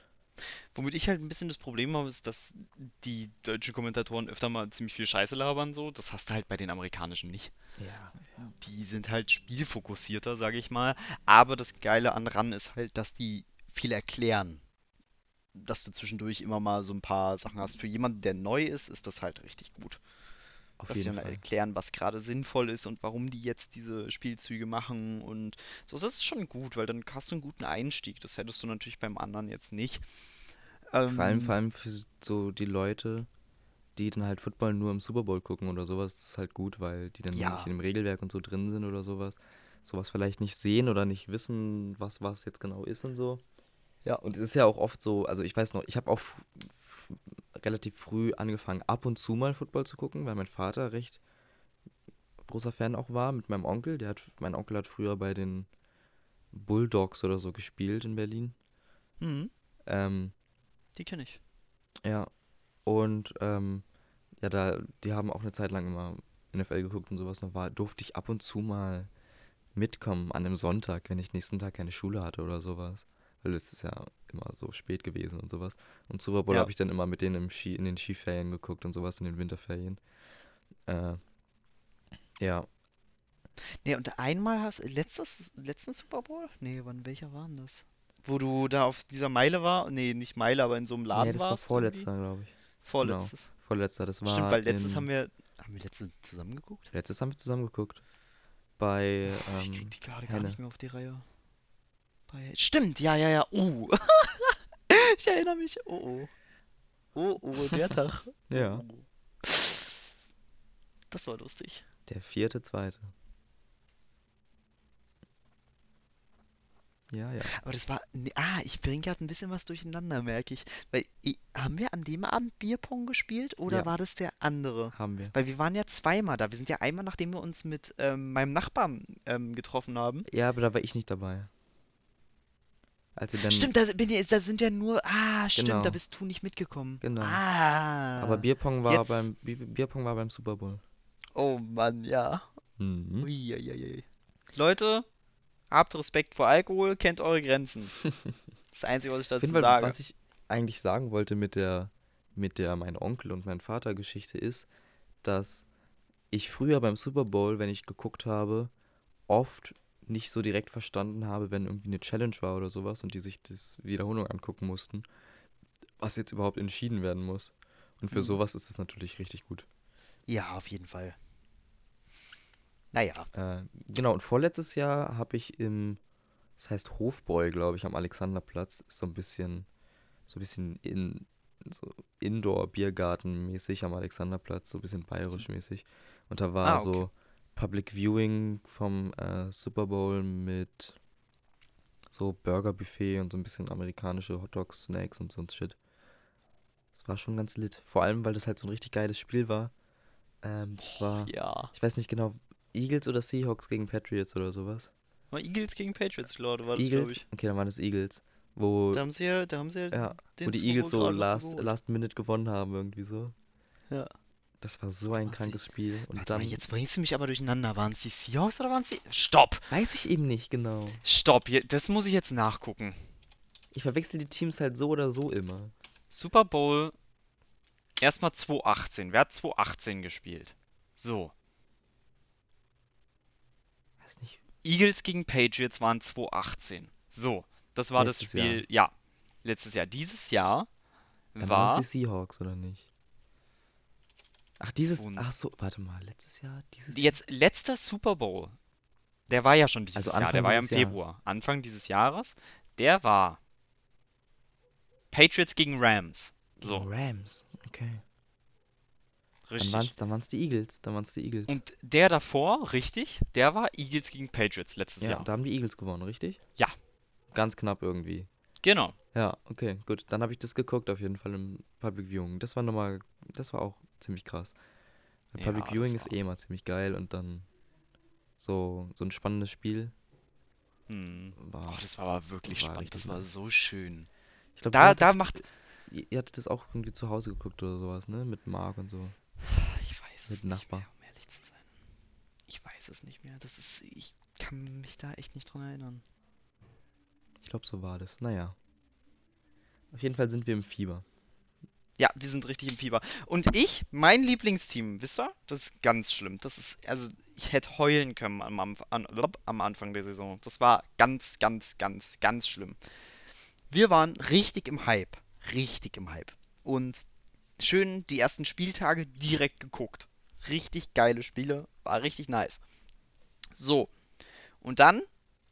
Womit ich halt ein bisschen das Problem habe, ist, dass die deutschen Kommentatoren öfter mal ziemlich viel Scheiße labern, so. Das hast du halt bei den amerikanischen nicht. Ja, Die sind halt spielfokussierter, sage ich mal. Aber das Geile an RAN ist halt, dass die viel erklären. Dass du zwischendurch immer mal so ein paar Sachen hast. Für jemanden, der neu ist, ist das halt richtig gut. auf Dass sie jeden dann Fall. erklären, was gerade sinnvoll ist und warum die jetzt diese Spielzüge machen und so. Das ist schon gut, weil dann hast du einen guten Einstieg. Das hättest du natürlich beim anderen jetzt nicht. Vor allem, vor Ähm, allem für so die Leute, die dann halt Football nur im Super Bowl gucken oder sowas, ist halt gut, weil die dann nicht ja, in dem Regelwerk und so drin sind oder sowas. Sowas vielleicht nicht sehen oder nicht wissen, was was jetzt genau ist und so. ja. Und es ist ja auch oft so, also ich weiß noch, ich habe auch f- f- relativ früh angefangen, ab und zu mal Football zu gucken, weil mein Vater recht großer Fan auch war, mit meinem Onkel. Der hat, mein Onkel hat früher bei den Bulldogs oder so gespielt in Berlin. Mhm, Ähm, die kenne ich. ja, und ähm, ja, da, die haben auch eine Zeit lang immer N F L geguckt und sowas. Und war, durfte ich ab und zu mal mitkommen an einem Sonntag, wenn ich nächsten Tag keine Schule hatte oder sowas. Weil es ist ja immer so spät gewesen und sowas. Und Super Bowl Ja. habe ich dann immer mit denen im Ski, in den Skiferien geguckt und sowas, in den Winterferien. Äh, ja, Nee, und einmal hast letztes, letzten Super Bowl? Nee, wann welcher war denn das? Wo du da auf dieser Meile war? Nee, nicht Meile, aber in so einem nee, Laden das war warst irgendwie? vorletzter, glaube ich. Genau, Vorletztes. vorletzter. Das Stimmt, war weil letztes haben in, wir. Haben wir letztes zusammen geguckt? letztes haben wir zusammen geguckt. Bei Ich krieg ähm, die gerade gar Henne. nicht mehr auf die Reihe. Bei. Stimmt, ja, ja, ja. Oh. Ich erinnere mich. Oh, oh. Oh, oh, der Tag. Oh, Ja, oh. Das war lustig. der vierte, zweite. Ja, ja. Aber das war. Nee, ah, ich bringe gerade ein bisschen was durcheinander, merke ich. Weil, i- haben wir an dem Abend Bierpong gespielt oder Ja, war das der andere? haben wir. Weil wir waren ja zweimal da. Wir sind ja einmal, nachdem wir uns mit ähm, meinem Nachbarn ähm, getroffen haben. Ja, aber da war ich nicht dabei. Als ihr dann, Stimmt, da, bin ich, da sind ja nur. Ah, stimmt, da genau, bist du nicht mitgekommen. genau. Aber Ah, Bierpong war jetzt. beim Bi- Bierpong war beim Super Bowl. Oh Mann, ja. Mhm. Uiuiui. Leute, habt Respekt vor Alkohol, kennt eure Grenzen. Das Einzige, was ich Auf jeden dazu Fall, sage. was ich eigentlich sagen wollte mit der, mit der mein Onkel und mein Vater Geschichte ist, dass ich früher beim Super Bowl, wenn ich geguckt habe, oft nicht so direkt verstanden habe, wenn irgendwie eine Challenge war oder sowas und die sich das Wiederholung angucken mussten, was jetzt überhaupt entschieden werden muss. Und für Mhm. sowas ist es natürlich richtig gut. Ja, auf jeden Fall. Naja. Äh, genau, und vorletztes Jahr habe ich im, das heißt Hofbräu, glaube ich, am Alexanderplatz, ist so ein bisschen, so ein bisschen in, so Indoor-Biergarten-mäßig am Alexanderplatz, so ein bisschen bayerisch-mäßig. Und da war Ah, okay. so Public Viewing vom äh, Super Bowl mit so Burger-Buffet und so ein bisschen amerikanische Hotdogs, Snacks und so ein Shit. Das war schon ganz lit. Vor allem, weil das halt so ein richtig geiles Spiel war. Ähm, das war, Ja. ich weiß nicht genau, Eagles oder Seahawks gegen Patriots oder sowas. War Eagles gegen Patriots, glaube war das, glaube Eagles? ich. Okay, dann waren das Eagles. Wo, Da haben sie ja, da haben sie ja ja, wo den die Super Eagles Bowl für so alle so last, geholt. last Minute gewonnen haben, irgendwie so. Ja. Das war so ein Ach, wie- krankes Spiel. Und Warte mal, dann, jetzt bringst du mich aber durcheinander. Waren es die Seahawks oder waren es die... Stopp! weiß ich eben nicht genau. Stopp, je- das muss ich jetzt nachgucken. Ich verwechsel die Teams halt so oder so immer. Super Bowl, erstmal zwanzig achtzehn. Wer hat zwanzig achtzehn gespielt? So. Weiß nicht, Eagles gegen Patriots waren zwanzig achtzehn. So. Das war das letztes Jahr. Spiel, ja. Letztes Jahr. Dieses Jahr Dann waren es die war... Seahawks, oder nicht? Ach, dieses, Zwo- ach so, warte mal, letztes Jahr, dieses Jahr? Jetzt letzter Super Bowl. Der war ja schon dieses Also Jahr. Der Anfang war ja im dieses Jahr. Februar. Anfang dieses Jahres. Der war Patriots gegen Rams. Gegen So, Rams, okay. Dann richtig. waren's, dann waren's die Eagles, dann waren's die Eagles. Und der davor, richtig, der war Eagles gegen Patriots letztes ja, Jahr. da haben die Eagles gewonnen, richtig? Ja. Ganz knapp irgendwie. Genau. Ja, okay, gut. Dann habe ich das geguckt auf jeden Fall im Public Viewing. Das war nochmal, das war auch ziemlich krass. Weil Ja, Public das Viewing ist war- eh immer ziemlich geil und dann so, so ein spannendes Spiel Hm. war. Oh, das war aber wirklich war spannend. richtig Das war nice. so schön. Ich glaube, Da, da macht. ihr, ihr hattet das auch irgendwie zu Hause geguckt oder sowas, ne? Mit Marc und so. Ich weiß Mit es dem nicht Nachbar. mehr, um ehrlich zu sein. Ich weiß es nicht mehr. Das ist. Ich kann mich da echt nicht dran erinnern. Ich glaube, so war das. Naja. Auf jeden Fall sind wir im Fieber. Ja, wir sind richtig im Fieber. Und ich, mein Lieblingsteam, wisst ihr? Das ist ganz schlimm. Das ist, also, ich hätte heulen können am, Anf- an, am Anfang der Saison. Das war ganz, ganz, ganz, ganz schlimm. Wir waren richtig im Hype. Richtig im Hype. Und schön die ersten Spieltage direkt geguckt. Richtig geile Spiele. War richtig nice. So. Und dann,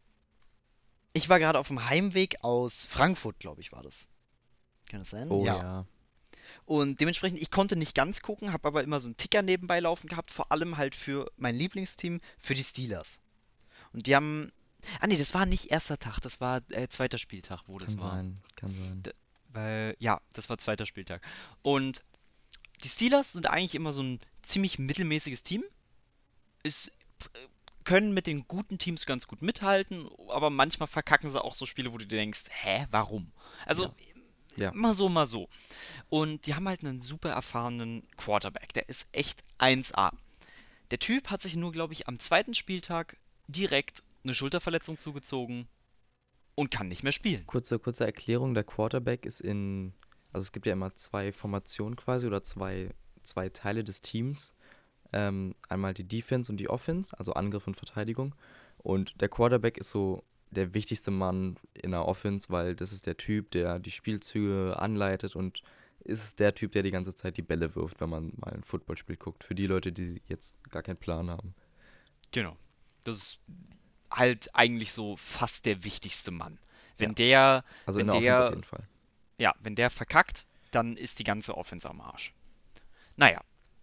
ich war gerade auf dem Heimweg aus Frankfurt, glaube ich, war das. Kann das sein? Oh ja. Und dementsprechend, ich konnte nicht ganz gucken, habe aber immer so einen Ticker nebenbei laufen gehabt, vor allem halt für mein Lieblingsteam, für die Steelers. Und die haben. Ah nee, das war nicht erster Tag, das war äh, zweiter Spieltag, wo das Kann war. sein, kann sein. D- Weil, ja, das war zweiter Spieltag. Und die Steelers sind eigentlich immer so ein ziemlich mittelmäßiges Team. Ist, äh, können mit den guten Teams ganz gut mithalten, aber manchmal verkacken sie auch so Spiele, wo du dir denkst, hä, warum? Also, Ja. Ja. mal so, mal so. Und die haben halt einen super erfahrenen Quarterback. Der ist echt eins A. Der Typ hat sich nur, glaube ich, am zweiten Spieltag direkt eine Schulterverletzung zugezogen und kann nicht mehr spielen. Kurze, kurze Erklärung, der Quarterback ist in, also es gibt ja immer zwei Formationen quasi oder zwei, zwei Teile des Teams. Ähm, einmal die Defense und die Offense, also Angriff und Verteidigung. Und der Quarterback ist so der wichtigste Mann in der Offense, weil das ist der Typ, der die Spielzüge anleitet und ist der Typ, der die ganze Zeit die Bälle wirft, wenn man mal ein Footballspiel guckt. Für die Leute, die jetzt gar keinen Plan haben. Genau. Das ist halt eigentlich so fast der wichtigste Mann. Wenn Ja. der, Also wenn in der Offense auf der, jeden Fall. ja, wenn der verkackt, dann ist die ganze Offense am Arsch. Naja.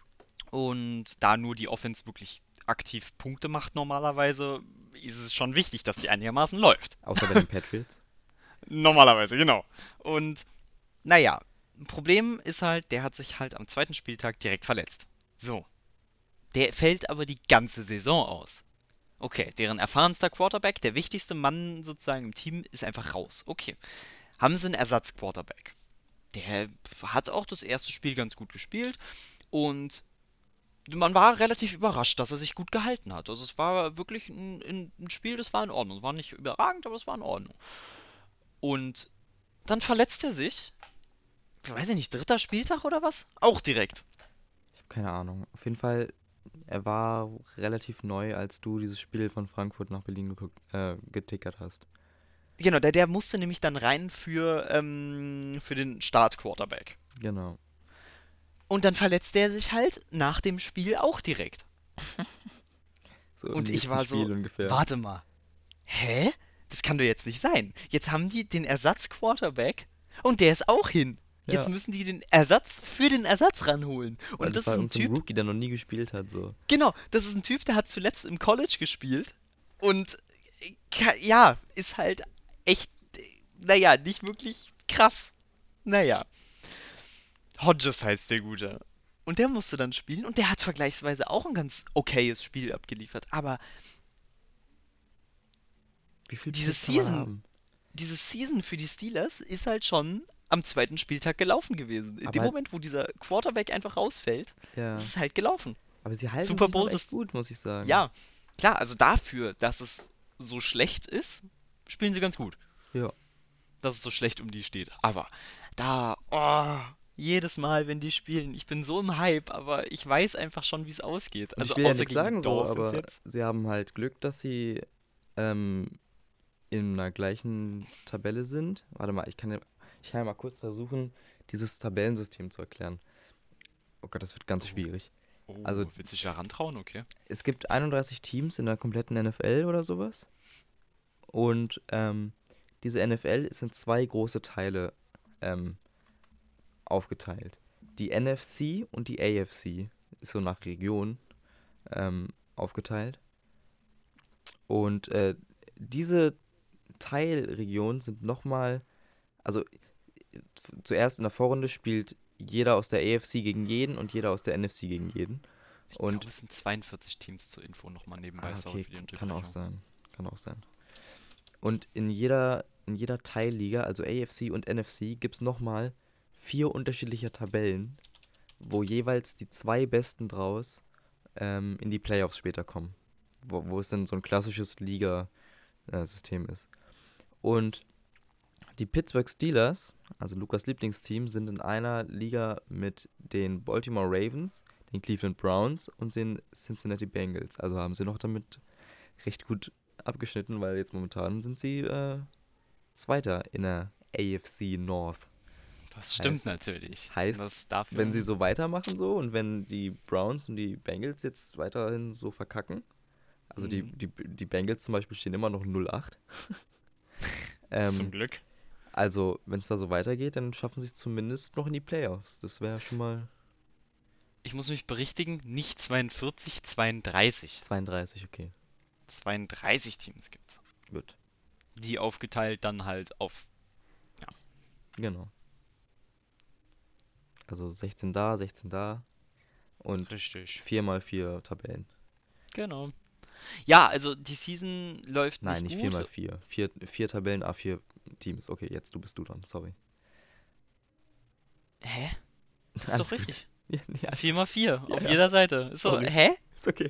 Und da nur die Offense wirklich aktiv Punkte macht normalerweise, ist es schon wichtig, dass die einigermaßen läuft. Außer bei den Patriots. Normalerweise, genau. Und naja, Problem ist halt, der hat sich halt am zweiten Spieltag direkt verletzt. So. Der fällt aber die ganze Saison aus. Okay, deren erfahrenster Quarterback, der wichtigste Mann sozusagen im Team, ist einfach raus. Okay. Haben sie einen Ersatz-Quarterback. Der hat auch das erste Spiel ganz gut gespielt und man war relativ überrascht, dass er sich gut gehalten hat. Also es war wirklich ein, ein ein Spiel, das war in Ordnung. Es war nicht überragend, aber es war in Ordnung. Und dann verletzt er sich, ich weiß ich nicht, dritter Spieltag oder was? Auch direkt. Ich habe keine Ahnung. Auf jeden Fall, er war relativ neu, als du dieses Spiel von Frankfurt nach Berlin geguckt, äh, getickert hast. Genau, der, der musste nämlich dann rein für, ähm, für den Start-Quarterback. Genau. Und dann verletzt er sich halt nach dem Spiel auch direkt. So im Und ich nächsten war so, Spiel ungefähr. warte mal, hä? Das kann doch jetzt nicht sein. Jetzt haben die den Ersatz-Quarterback und der ist auch hin. Jetzt Ja, müssen die den Ersatz für den Ersatz ranholen. weil Und das das war ist ein irgend so ein Typ, Rookie, der noch nie gespielt hat, so. genau, das ist ein Typ, der hat zuletzt im College gespielt und äh, ka- ja, ist halt echt, äh, naja, nicht wirklich krass. Naja, Hodges heißt der Gute. Und der musste dann spielen und der hat vergleichsweise auch ein ganz okayes Spiel abgeliefert. Aber Wie viel diese Pech kann man Season, haben? diese Season für die Steelers ist halt schon am zweiten Spieltag gelaufen gewesen. In dem Aber, Moment, wo dieser Quarterback einfach rausfällt, ist ja. es halt gelaufen. Aber sie halten Super sich noch Bowl, echt das, gut, muss ich sagen. ja, klar, also dafür, dass es so schlecht ist, spielen sie ganz gut. Ja. Dass es so schlecht um die steht. Aber da, oh, jedes Mal, wenn die spielen, ich bin so im Hype, aber ich weiß einfach schon, wie es ausgeht. Und ich Also will ja außer nichts gegen die sagen so, Dolphins aber jetzt. sie haben halt Glück, dass sie ähm, in einer gleichen Tabelle sind. Warte mal, ich kann ja, ich kann ja mal kurz versuchen, dieses Tabellensystem zu erklären. Oh Gott, das wird ganz Oh, schwierig. Also, oh, willst du dich da rantrauen? Okay. es gibt einunddreißig Teams in der kompletten N F L oder sowas. Und ähm, diese N F L ist in zwei große Teile ähm, aufgeteilt. Die N F C und die A F C ist so nach Region ähm, aufgeteilt. Und äh, diese Teilregionen sind nochmal, also f- zuerst in der Vorrunde spielt jeder aus der A F C gegen jeden und jeder aus der N F C gegen jeden. Ich Und, glaube, es sind zweiundvierzig Teams zur Info nochmal nebenbei. ah, Sorry okay, für die kann auch Unterbrechung. sein, kann auch sein. Und in jeder, in jeder Teilliga, also A F C und N F C, gibt es nochmal vier unterschiedliche Tabellen, wo jeweils die zwei Besten draus ähm, in die Playoffs später kommen. Wo, wo es dann so ein klassisches Liga-System ist. Und die Pittsburgh Steelers, also Lukas Lieblingsteam, sind in einer Liga mit den Baltimore Ravens, den Cleveland Browns und den Cincinnati Bengals. Also haben sie noch damit recht gut abgeschnitten, weil jetzt momentan sind sie äh, Zweiter in der A F C North. Das stimmt Heißt, natürlich. heißt, Das wenn dafür. sie so weitermachen so und wenn die Browns und die Bengals jetzt weiterhin so verkacken, also die, Mhm. die, die Bengals zum Beispiel stehen immer noch null acht. Zum ähm, Glück. also, wenn es da so weitergeht, dann schaffen sie es zumindest noch in die Playoffs. Das wäre schon mal Ich muss mich berichtigen, nicht zweiundvierzig, zweiunddreißig. zweiunddreißig, okay. zweiunddreißig Teams gibt's. Gut, Die aufgeteilt dann halt auf. Ja, genau. Also sechzehn da, sechzehn da und richtig. vier mal vier Tabellen. Genau. Ja, also die Season läuft Nein, nicht nicht vier gut. mal vier. Vier, vier Tabellen, A vier Teams. Okay, jetzt du bist du dran, sorry. Hä? Das ist Alles doch gut. richtig. Ja, ja, ist, vier mal vier ja, auf ja. jeder Seite. Ist so, Sorry. hä? ist okay.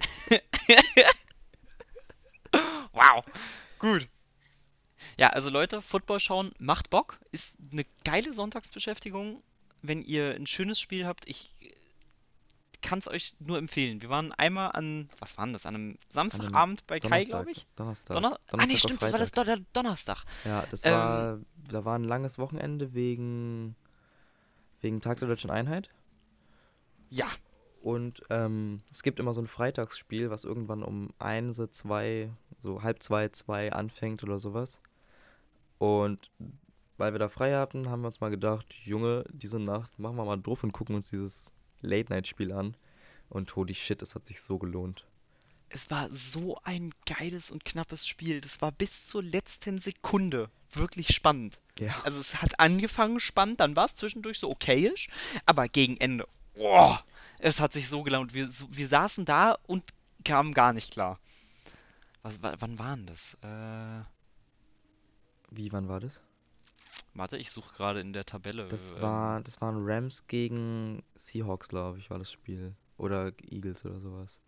Wow. Gut. Ja, also Leute, Football schauen macht Bock. Ist eine geile Sonntagsbeschäftigung, wenn ihr ein schönes Spiel habt. Ich kann es euch nur empfehlen. Wir waren einmal an, was war denn das? An einem An einem Samstagabend bei Kai, Donnerstag. glaube ich. Donnerstag. Donner ah, Donnerstag nee, auf stimmt, das war das Freitag. Don Donnerstag. Ja, das Ähm, war, da war ein langes Wochenende wegen, wegen Tag der Deutschen Einheit. Ja, Und ähm, es gibt immer so ein Freitagsspiel, was irgendwann um eins, zwei, so halb zwei, zwei anfängt oder sowas. Und weil wir da frei hatten, haben wir uns mal gedacht, Junge, diese Nacht machen wir mal drauf und gucken uns dieses Late-Night-Spiel an. Und holy shit, es hat sich so gelohnt. es war so ein geiles und knappes Spiel. Das war bis zur letzten Sekunde wirklich spannend. Ja. Also es hat angefangen spannend, dann war es zwischendurch so okayisch, aber gegen Ende, boah, es hat sich so gelaunt. Wir, so, wir saßen da und kamen gar nicht klar. Was, wa- wann war denn das? Äh, Wie, wann war das? warte, ich suche gerade in der Tabelle. Das ähm, war, das waren Rams gegen Seahawks, glaube ich, war das Spiel. Oder Eagles oder sowas.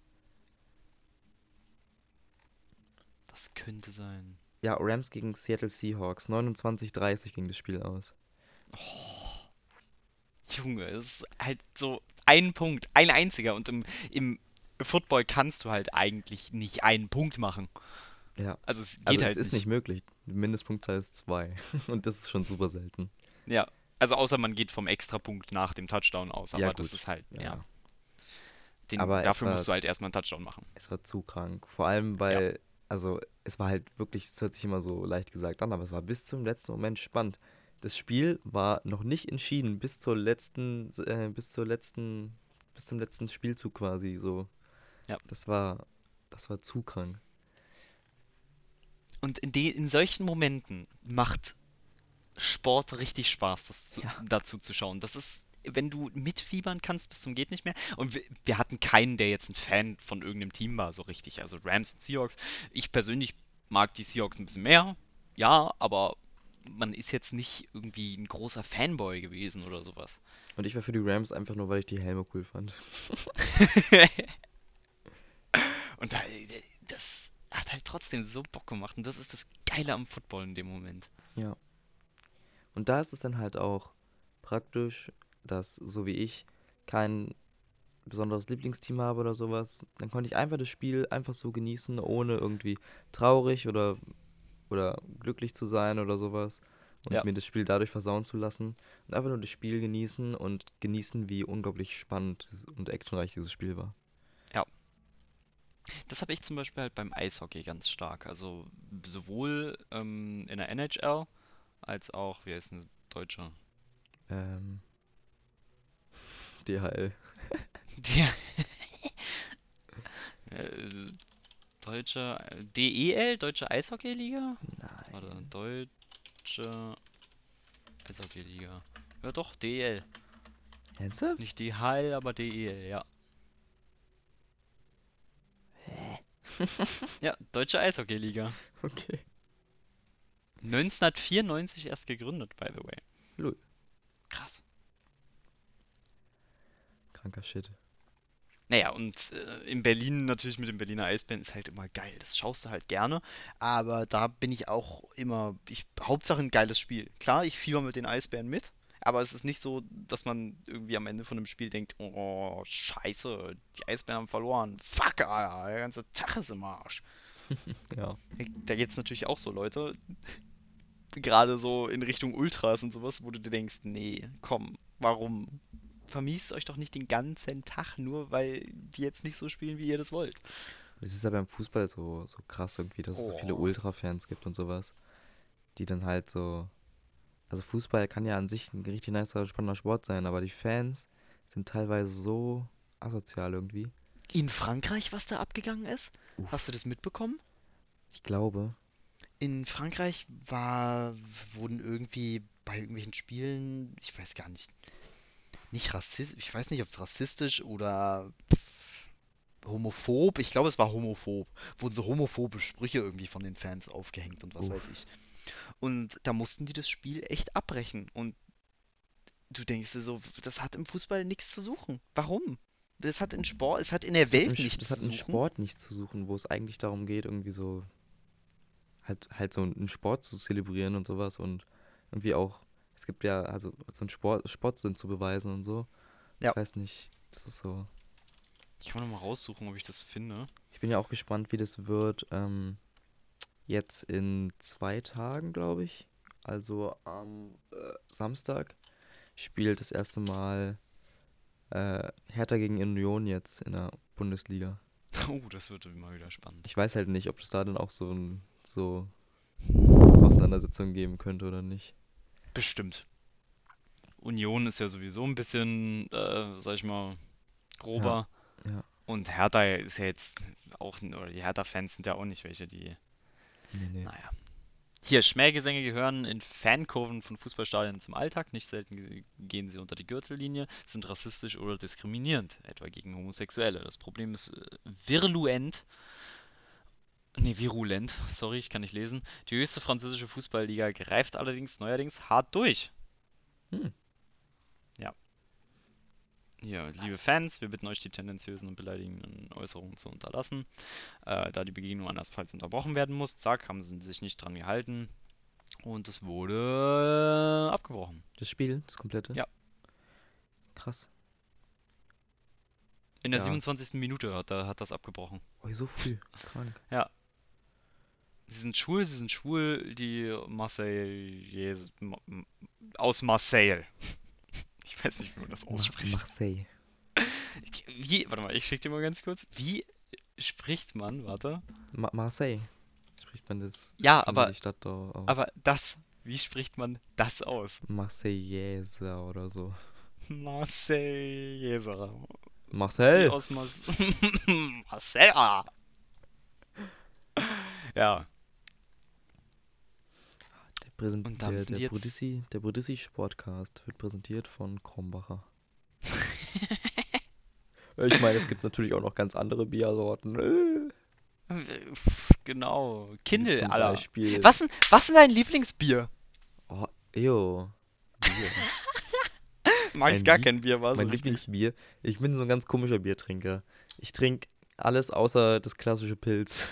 Das könnte sein. Ja, Rams gegen Seattle Seahawks. neunundzwanzig dreißig ging das Spiel aus. Oh, Junge, es ist halt so ein Punkt, ein einziger. Und im, im Football kannst du halt eigentlich nicht einen Punkt machen. Ja. Also es Also geht es halt ist nicht möglich. Die Mindestpunktzahl ist zwei. Und das ist schon super selten. Ja, also außer man geht vom Extrapunkt nach dem Touchdown aus, aber Ja, das gut. ist halt, Ja, ja. ja. Den, Aber es dafür war, musst du halt erstmal einen Touchdown machen. es war zu krank. Vor allem, Ja. weil, also es war halt wirklich, es hört sich immer so leicht gesagt an, aber es war bis zum letzten Moment spannend. Das Spiel war noch nicht entschieden bis zur letzten, äh, bis zur letzten, bis zum letzten Spielzug quasi so. Ja. Das war, das war zu krank. Und in, de, in solchen Momenten macht Sport richtig Spaß, das zu, Ja. dazu zu schauen. Das ist, wenn du mitfiebern kannst bis zum geht nicht mehr. Und wir, wir hatten keinen, der jetzt ein Fan von irgendeinem Team war, so richtig. Also Rams und Seahawks. Ich persönlich mag die Seahawks ein bisschen mehr. Ja, aber man ist jetzt nicht irgendwie ein großer Fanboy gewesen oder sowas. Und ich war für die Rams einfach nur, weil ich die Helme cool fand. Und da, das hat halt trotzdem so Bock gemacht. Und das ist das Geile am Football in dem Moment. Ja. Und da ist es dann halt auch praktisch, dass, so wie ich, kein besonderes Lieblingsteam habe oder sowas. Dann konnte ich einfach das Spiel einfach so genießen, ohne irgendwie traurig oder, oder glücklich zu sein oder sowas. Und Ja. mir das Spiel dadurch versauen zu lassen. Und einfach nur das Spiel genießen und genießen, wie unglaublich spannend und actionreich dieses Spiel war. Das habe ich zum Beispiel halt beim Eishockey ganz stark. Also sowohl ähm, in der N H L als auch, wie heißt denn Deutscher? Ähm, D H L. Die, äh, Deutsche D E L, Deutsche Eishockey-Liga? Warte, Nein. Deutsche Eishockey-Liga. Ja doch, D E L. Ernsthaft? Nicht D H L, aber D E L, ja. Hä? Ja, Deutsche Eishockey-Liga. Okay. neunzehnhundertvierundneunzig erst gegründet, by the way. Lul. Krass. Kranker Shit. Naja, und äh, in Berlin natürlich mit dem Berliner Eisbären ist halt immer geil. Das schaust du halt gerne. Aber da bin ich auch immer, ich, Hauptsache ein geiles Spiel. Klar, ich fieber mit den Eisbären mit. Aber es ist nicht so, dass man irgendwie am Ende von einem Spiel denkt, oh, scheiße, die Eisbären haben verloren. Fuck, Alter, der ganze Tag ist im Arsch. Ja. Da gibt's natürlich auch so Leute, gerade so in Richtung Ultras und sowas, wo du dir denkst, nee, komm, warum? Vermiest euch doch nicht den ganzen Tag, nur weil die jetzt nicht so spielen, wie ihr das wollt. Es ist ja beim Fußball so, so krass irgendwie, dass es so viele Oh. Ultra-Fans gibt und sowas, die dann halt so. Also Fußball kann ja an sich ein richtig nicer, spannender Sport sein, aber die Fans sind teilweise so asozial irgendwie. In Frankreich, was da abgegangen ist? Uff. Hast du das mitbekommen? Ich glaube. In Frankreich war, wurden irgendwie bei irgendwelchen Spielen, ich weiß gar nicht, nicht rassistisch, ich weiß nicht, ob es rassistisch oder homophob, ich glaube, es war homophob, wurden so homophobe Sprüche irgendwie von den Fans aufgehängt und was Uff. weiß ich. Und da mussten die das Spiel echt abbrechen. Und du denkst dir so, das hat im Fußball nichts zu suchen. Warum? Das hat in Sport, es hat in der Das hat, Welt im, Sch- nichts das zu hat im suchen. Sport nichts zu suchen, wo es eigentlich darum geht, irgendwie so halt, halt so einen Sport zu zelebrieren und sowas und irgendwie auch, es gibt ja, also so einen Sport, Sportsinn zu beweisen und so. Ja. Ich weiß nicht, das ist so. Ich kann mal raussuchen, ob ich das finde. Ich bin ja auch gespannt, wie das wird. Ähm, jetzt in zwei Tagen, glaube ich. Also am äh, Samstag spielt das erste Mal äh, Hertha gegen Union jetzt in der Bundesliga. Oh, das wird mal wieder spannend. Ich weiß halt nicht, ob es da dann auch so ein so Auseinandersetzungen geben könnte oder nicht. Bestimmt. Union ist ja sowieso ein bisschen, äh, sag ich mal, grober. Ja. Und Hertha ist ja jetzt auch, oder die Hertha-Fans sind ja auch nicht welche, die, Nee, nee. naja. Hier, Schmähgesänge gehören in Fankurven von Fußballstadien zum Alltag. Nicht selten ge- gehen sie unter die Gürtellinie, sind rassistisch oder diskriminierend, etwa gegen Homosexuelle. Das Problem ist äh, virulent. Nee, virulent, sorry, ich kann nicht lesen. Die höchste französische Fußballliga greift allerdings neuerdings hart durch. Hm. Hier, liebe Fans, wir bitten euch, die tendenziösen und beleidigenden Äußerungen zu unterlassen. Äh, da die Begegnung andernfalls unterbrochen werden muss, zack, haben sie sich nicht dran gehalten. Und es wurde abgebrochen. Das Spiel, das komplette? Ja. Krass. In der Ja. siebenundzwanzigsten Minute hat, er- hat das abgebrochen. Oh, so früh. Krank. Ja. Sie sind schwul, sie sind schwul, die Marseille Ma- M- aus Marseille. Ich weiß nicht, wie man das Ma- ausspricht. Marseille. Wie, warte mal, ich schick dir mal ganz kurz. Wie spricht man, warte. Ma Marseille. Spricht man das? Ja, spricht man aber- Die Stadt da aus. Aber das, wie spricht man das aus? Marseillaise oder so. Marseille. Die Marseille! aus Mas Marseille. ah. Ja, Der, Präsent Und da der, müssen der die jetzt- Brudissi, der Brudissi Sportcast wird präsentiert von Krombacher. Ich meine, es gibt natürlich auch noch ganz andere Biersorten. Äh, genau. wie Kindle, zum Alter. Beispiel. Was, denn- was ist dein Lieblingsbier? Oh, ew. Bier. Mag ich Mein gar Lieb- kein Bier, war so Mein richtig. Lieblingsbier. Ich bin so ein ganz komischer Biertrinker. Ich trinke alles außer das klassische Pilz.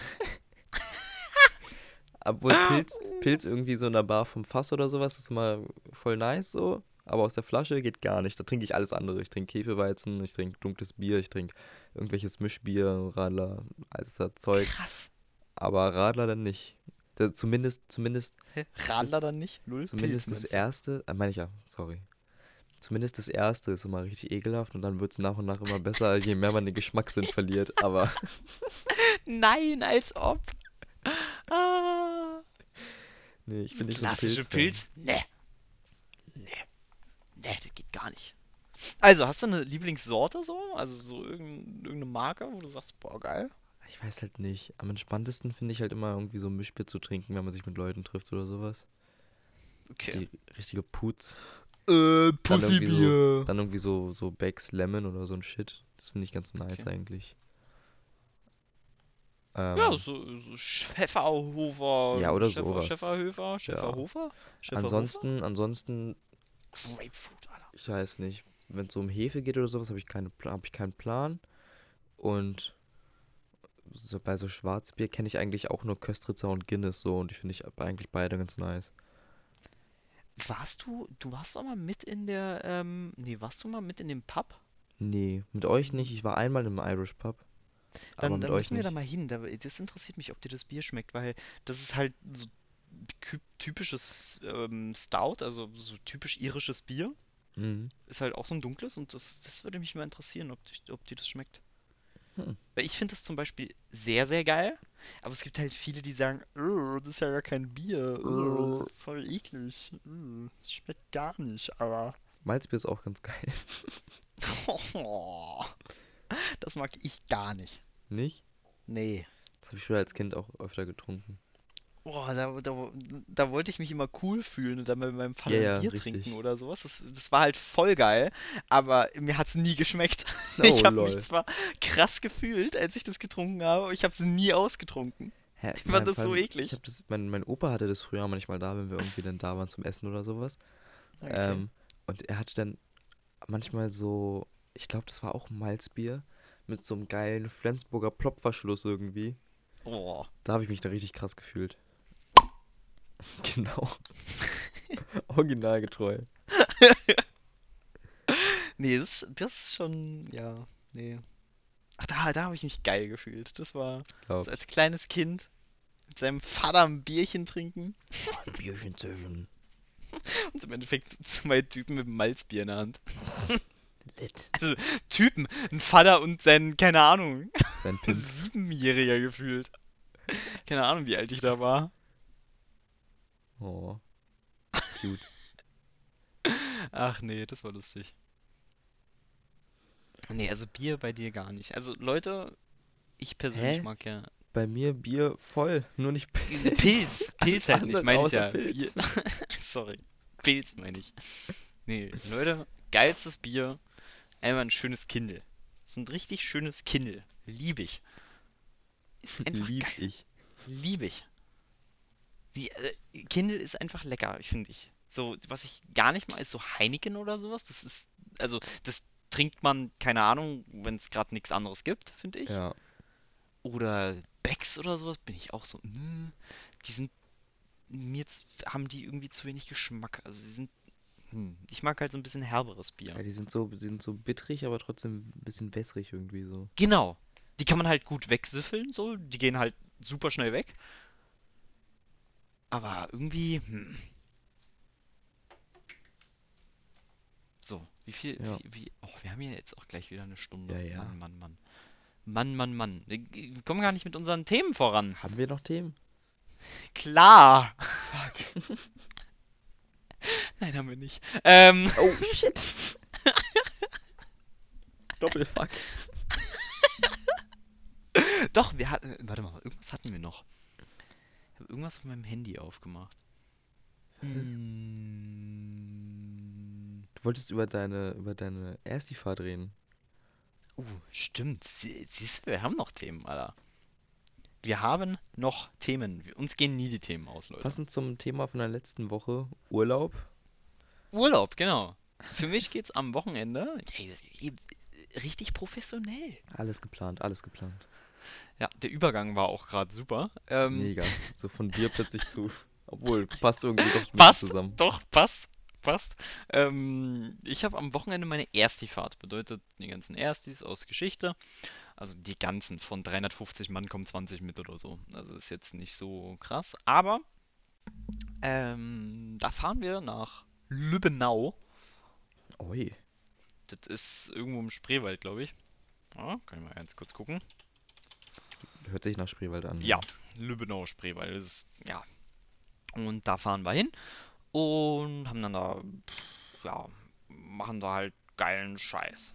Obwohl Pilz, Pilz irgendwie so in der Bar vom Fass oder sowas ist immer voll nice so. Aber aus der Flasche geht gar nicht. Da trinke ich alles andere. Ich trinke Hefeweizen, ich trinke dunkles Bier, ich trinke irgendwelches Mischbier, Radler, alles das Zeug. Krass. Aber Radler dann nicht. Das, zumindest, zumindest, Hä? Radler dann nicht? Null zumindest Pilz, das meinst du? erste, äh, meine ich ja, sorry. Zumindest das erste ist immer richtig ekelhaft und dann wird es nach und nach immer besser, je mehr man den Geschmackssinn verliert. Aber Nein, als ob. Ah. nee, ich bin nicht so ein Klassische Pilzfan. Pilz? Nee. Nee. Nee, das geht gar nicht. Also, hast du eine Lieblingssorte so? Also so irgendein, irgendeine Marke, wo du sagst, boah, geil? Ich weiß halt nicht. Am entspanntesten finde ich halt immer irgendwie so ein Mischbier zu trinken, wenn man sich mit Leuten trifft oder sowas. Okay. Die richtige Putz. Äh, Dann irgendwie so, dann irgendwie so, so Becks Lemon oder so ein Shit. Das finde ich ganz nice Okay. eigentlich. Ähm, Ja, so, so Schäferhofer. Ja, oder Schäfer, sowas. Schäferhöfer? Schäferhofer? Schäferhofer? ansonsten, ansonsten, Grapefruit, Alter. ich weiß nicht, wenn es so um Hefe geht oder sowas, habe ich, keine Pla- hab ich keinen Plan. Und so bei so Schwarzbier kenne ich eigentlich auch nur Köstritzer und Guinness so und ich finde ich eigentlich beide ganz nice. Warst du, du warst doch mal mit in der, ähm, nee, warst du mal mit in dem Pub? Nee, mit euch nicht. Ich war einmal im Irish Pub. Aber Dann, mit dann euch müssen wir da nicht. mal hin. Da, das interessiert mich, ob dir das Bier schmeckt, weil das ist halt so kü- typisches ähm, Stout, also so typisch irisches Bier. Mhm. Ist halt auch so ein dunkles und das, das würde mich mal interessieren, ob, dich- ob dir das schmeckt. Hm. Weil ich finde das zum Beispiel sehr, sehr geil, aber es gibt halt viele, die sagen, "Oh, das ist ja gar kein Bier, oh, das ist voll eklig, oh, das schmeckt gar nicht, aber Malzbier ist auch ganz geil. das mag ich gar nicht. Nicht? Nee. Das habe ich früher als Kind auch öfter getrunken. Boah, da, da, da wollte ich mich immer cool fühlen und dann mit meinem Vater Ja, ein ja, Bier richtig. trinken oder sowas. Das, das war halt voll geil, aber mir hat es nie geschmeckt. Oh, Ich habe lol. mich zwar krass gefühlt, als ich das getrunken habe, aber ich habe es nie ausgetrunken. Hä, Ich fand nein, das vor so allem, eklig. Ich hab das, mein, mein Opa hatte das früher manchmal da, wenn wir irgendwie dann da waren zum Essen oder sowas. Okay. Ähm, und er hatte dann manchmal so, ich glaube, das war auch Malzbier mit so einem geilen Flensburger Plopverschluss irgendwie. Oh. Da habe ich mich da richtig krass gefühlt. Genau. Originalgetreu. Nee, das, das ist schon, ja, nee. Ach, da, da habe ich mich geil gefühlt. Das war Glaub. so als kleines Kind mit seinem Vater ein Bierchen trinken Ein Bierchen zwischen. und im Endeffekt zwei Typen mit einem Malzbier in der Hand. Lit. Also Typen, ein Vater und sein, keine Ahnung, Sein Pimp. Siebenjähriger gefühlt. Keine Ahnung, wie alt ich da war. Oh. Cute. Ach nee, das war lustig. Nee, also Bier bei dir gar nicht. Also Leute, ich persönlich Hä? mag ja Bei mir Bier voll, nur nicht Pilz. Pilz. Pilz Alles halt nicht, andere meine ich außer ja. Pilz. Bier. Sorry. Pilz meine ich. Nee, Leute, geilstes Bier. Einmal ein schönes Kindle. So ein richtig schönes Kindle. Lieb ich. Ist einfach Lieb geil. ich. Lieb ich. Die, äh, Kindle ist einfach lecker, finde ich. So, was ich gar nicht mag, ist so Heineken oder sowas. Das ist, also, das trinkt man, keine Ahnung, wenn es gerade nichts anderes gibt, finde ich. Ja. Oder Becks oder sowas, bin ich auch so, mm, die sind, mir jetzt haben die irgendwie zu wenig Geschmack. Also sie sind, hm, ich mag halt so ein bisschen herberes Bier. Ja, die sind so, die sind so bittrig, aber trotzdem ein bisschen wässrig irgendwie so. Genau. Die kann man halt gut wegsüffeln, so. Die gehen halt super schnell weg. Aber irgendwie, hm. So, wie viel, Ja. wie, wie, oh, wir haben ja jetzt auch gleich wieder eine Stunde. Ja, ja. Mann, Mann, Mann. Mann, Mann, Mann. Wir wir kommen gar nicht mit unseren Themen voran. Haben wir noch Themen? Klar. Fuck. Nein, haben wir nicht. Ähm, Oh, shit. Doppelfuck. doch, wir hatten, warte mal, irgendwas hatten wir noch. Ich habe irgendwas auf meinem Handy aufgemacht. Hm. Du wolltest über deine, über deine Erstifahrt reden. Uh, stimmt. Sie- Siehst du, wir haben noch Themen, Alter. Wir haben noch Themen. Wir- Uns gehen nie die Themen aus, Leute. Passend zum Thema von der letzten Woche, Urlaub. Urlaub, genau. Für mich geht's am Wochenende. Ey, das ist eh richtig professionell. Alles geplant, alles geplant. Ja, der Übergang war auch gerade super. Ähm, Mega. So von dir plötzlich zu. Obwohl, passt irgendwie doch ein bisschen passt, zusammen. doch, passt, passt. Ähm, ich habe am Wochenende meine Erstifahrt. Bedeutet, die ganzen Erstis aus Geschichte. Also die ganzen, von dreihundertfünfzig Mann kommen zwanzig mit oder so. Also ist jetzt nicht so krass. Aber ähm, da fahren wir nach Lübbenau. Oi. Das ist irgendwo im Spreewald, glaube ich. Ja, kann ich mal ganz kurz gucken. Hört sich nach Spreewald an. Ja, Lübbenau Spreewald. Das ist, ja. Und da fahren wir hin und haben dann da, pff, ja, machen da halt geilen Scheiß.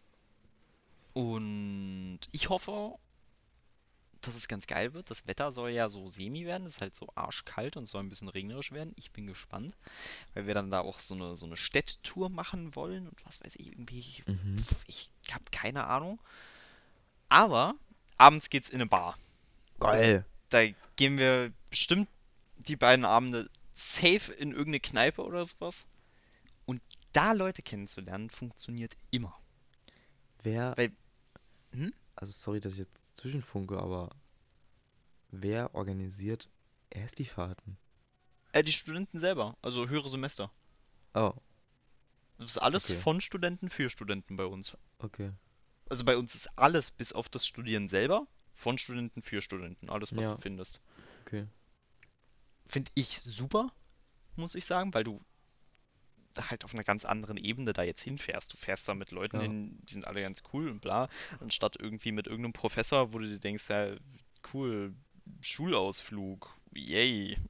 Und ich hoffe, dass es ganz geil wird. Das Wetter soll ja so semi werden. Es ist halt so arschkalt und es soll ein bisschen regnerisch werden. Ich bin gespannt, weil wir dann da auch so eine, so eine Städtetour machen wollen und was weiß ich, irgendwie. Ich, Mhm. ich habe keine Ahnung. Aber abends geht's in eine Bar. Geil. Da gehen wir bestimmt die beiden Abende safe in irgendeine Kneipe oder sowas. Und da Leute kennenzulernen, funktioniert immer. Wer. Weil, hm? Also, sorry, dass ich jetzt zwischenfunke, aber. Wer organisiert Erstifahrten? Äh, die Studenten selber, also höhere Semester. Oh, Das ist alles Okay. von Studenten für Studenten bei uns. okay. Also bei uns ist alles bis auf das Studieren selber von Studenten für Studenten. Alles, was Ja. du findest. Okay. Finde ich super, muss ich sagen, weil du halt auf einer ganz anderen Ebene da jetzt hinfährst. Du fährst da mit Leuten Ja. hin, die sind alle ganz cool und bla, anstatt irgendwie mit irgendeinem Professor, wo du dir denkst, ja, cool, Schulausflug, yay.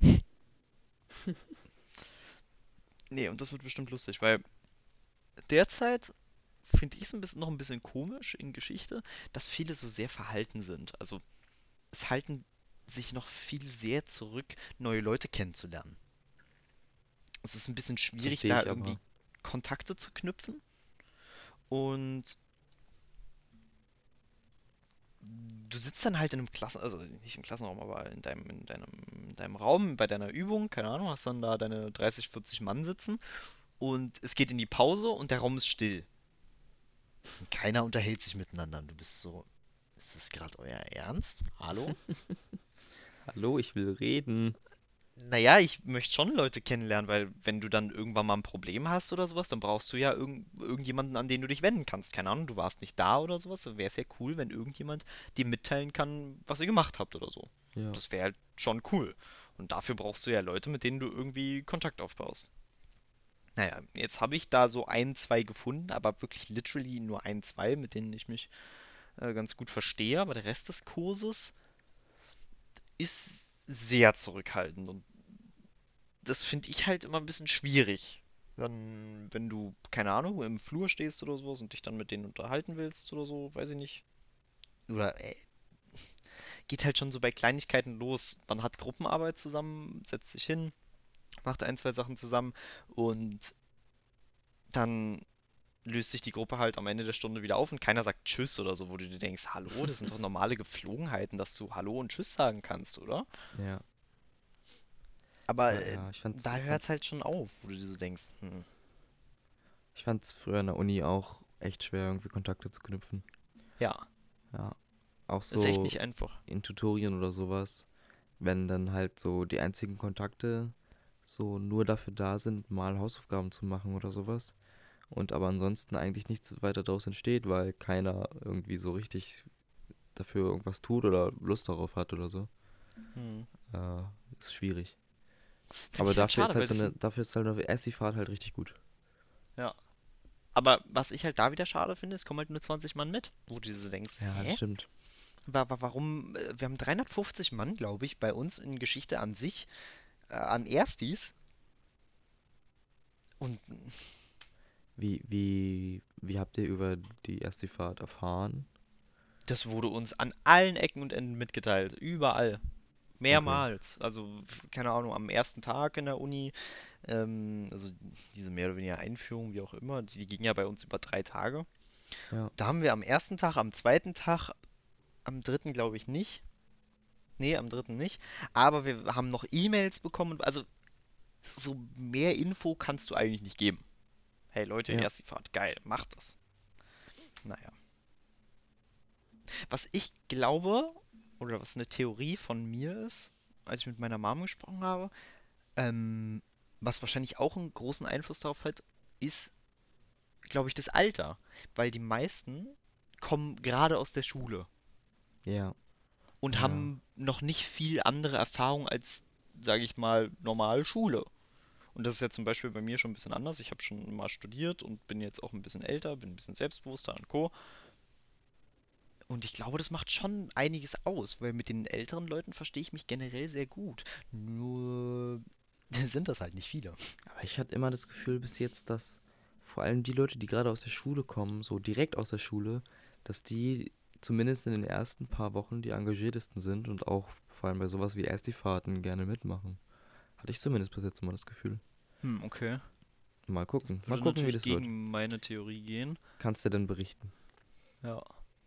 Nee, und das wird bestimmt lustig, weil derzeit finde ich es ein bisschen, noch ein bisschen komisch in Geschichte, dass viele so sehr verhalten sind. Also es halten sich noch viel sehr zurück, neue Leute kennenzulernen. Es ist ein bisschen schwierig, Verstehe da ich irgendwie aber. Kontakte zu knüpfen. Und du sitzt dann halt in einem Klassen, also nicht im Klassenraum, aber in deinem, in deinem, in deinem Raum, bei deiner Übung, keine Ahnung, hast dann da deine dreißig, vierzig Mann sitzen und es geht in die Pause und der Raum ist still. Und keiner unterhält sich miteinander. Und du bist so, ist das gerade euer Ernst? Hallo? Hallo, ich will reden. Naja, ich möchte schon Leute kennenlernen, weil wenn du dann irgendwann mal ein Problem hast oder sowas, dann brauchst du ja irgend, irgendjemanden, an den du dich wenden kannst. Keine Ahnung, du warst nicht da oder sowas, dann wäre es ja cool, wenn irgendjemand dir mitteilen kann, was ihr gemacht habt oder so. Ja. Das wäre halt schon cool. Und dafür brauchst du ja Leute, mit denen du irgendwie Kontakt aufbaust. Naja, jetzt habe ich da so ein, zwei gefunden, aber wirklich literally nur ein, zwei, mit denen ich mich äh, ganz gut verstehe. Aber der Rest des Kurses ist sehr zurückhaltend und das finde ich halt immer ein bisschen schwierig. Dann, wenn du, keine Ahnung, im Flur stehst oder sowas und dich dann mit denen unterhalten willst oder so, weiß ich nicht. Oder, ey, geht halt schon so bei Kleinigkeiten los. Man hat Gruppenarbeit zusammen, setzt sich hin, macht ein, zwei Sachen zusammen und dann löst sich die Gruppe halt am Ende der Stunde wieder auf und keiner sagt Tschüss oder so, wo du dir denkst, hallo, das sind doch normale Geflogenheiten, dass du Hallo und Tschüss sagen kannst, oder? Ja. Aber Ja, äh, ja, ich fand's, da ich hört es fand's, halt schon auf, wo du dir so denkst, hm, ich fand's früher in der Uni auch echt schwer, irgendwie Kontakte zu knüpfen. Ja, Ja. Auch ist echt so nicht einfach. in Tutorien oder sowas, wenn dann halt so die einzigen Kontakte so nur dafür da sind, mal Hausaufgaben zu machen oder sowas. Und aber ansonsten eigentlich nichts weiter daraus entsteht, weil keiner irgendwie so richtig dafür irgendwas tut oder Lust darauf hat oder so. Hm. Äh, ist schwierig. Finde Aber ich halt dafür ist schade, weil halt so das eine, sind, dafür ist halt eine Essi-Fahrt halt richtig gut. ja. Aber was ich halt da wieder schade finde, es kommen halt nur zwanzig Mann mit, wo du dir so denkst, Ja, das hä? stimmt. Wa wa warum? äh, Wir haben dreihundertfünfzig Mann, glaube ich, bei uns in Geschichte an sich, äh, an Erstis. Und Wie, wie, wie habt ihr über die Essi-Fahrt erfahren? das wurde uns an allen Ecken und Enden mitgeteilt. Überall. Okay. Mehrmals. Also, keine Ahnung, am ersten Tag in der Uni. Ähm, also diese mehr oder weniger Einführung, wie auch immer, die, die ging ja bei uns über drei Tage. Ja. Da haben wir am ersten Tag, am zweiten Tag, am dritten glaube ich nicht. Nee, am dritten nicht. Aber wir haben noch E-Mails bekommen. Also so mehr Info kannst du eigentlich nicht geben. Hey Leute, Ja. erst die Fahrt, geil, macht das. Naja. Was ich glaube, oder was eine Theorie von mir ist, als ich mit meiner Mom gesprochen habe, ähm, was wahrscheinlich auch einen großen Einfluss darauf hat, ist, glaube ich, das Alter. Weil die meisten kommen gerade aus der Schule Ja. und Ja. haben noch nicht viel andere Erfahrung als, sage ich mal, normale Schule. Und das ist ja zum Beispiel bei mir schon ein bisschen anders. Ich habe schon mal studiert und bin jetzt auch ein bisschen älter, bin ein bisschen selbstbewusster und Co. Und ich glaube, das macht schon einiges aus, weil mit den älteren Leuten verstehe ich mich generell sehr gut. Nur sind das halt nicht viele. Aber ich hatte immer das Gefühl bis jetzt, dass vor allem die Leute, die gerade aus der Schule kommen, so direkt aus der Schule, dass die zumindest in den ersten paar Wochen die engagiertesten sind und auch vor allem bei sowas wie Esti-Fahrten gerne mitmachen. Hatte ich zumindest bis jetzt immer das Gefühl. Hm, okay. Mal gucken. Mal Würde gucken, wie natürlich das wird. gegen meine Theorie gehen. Kannst du denn berichten? Ja.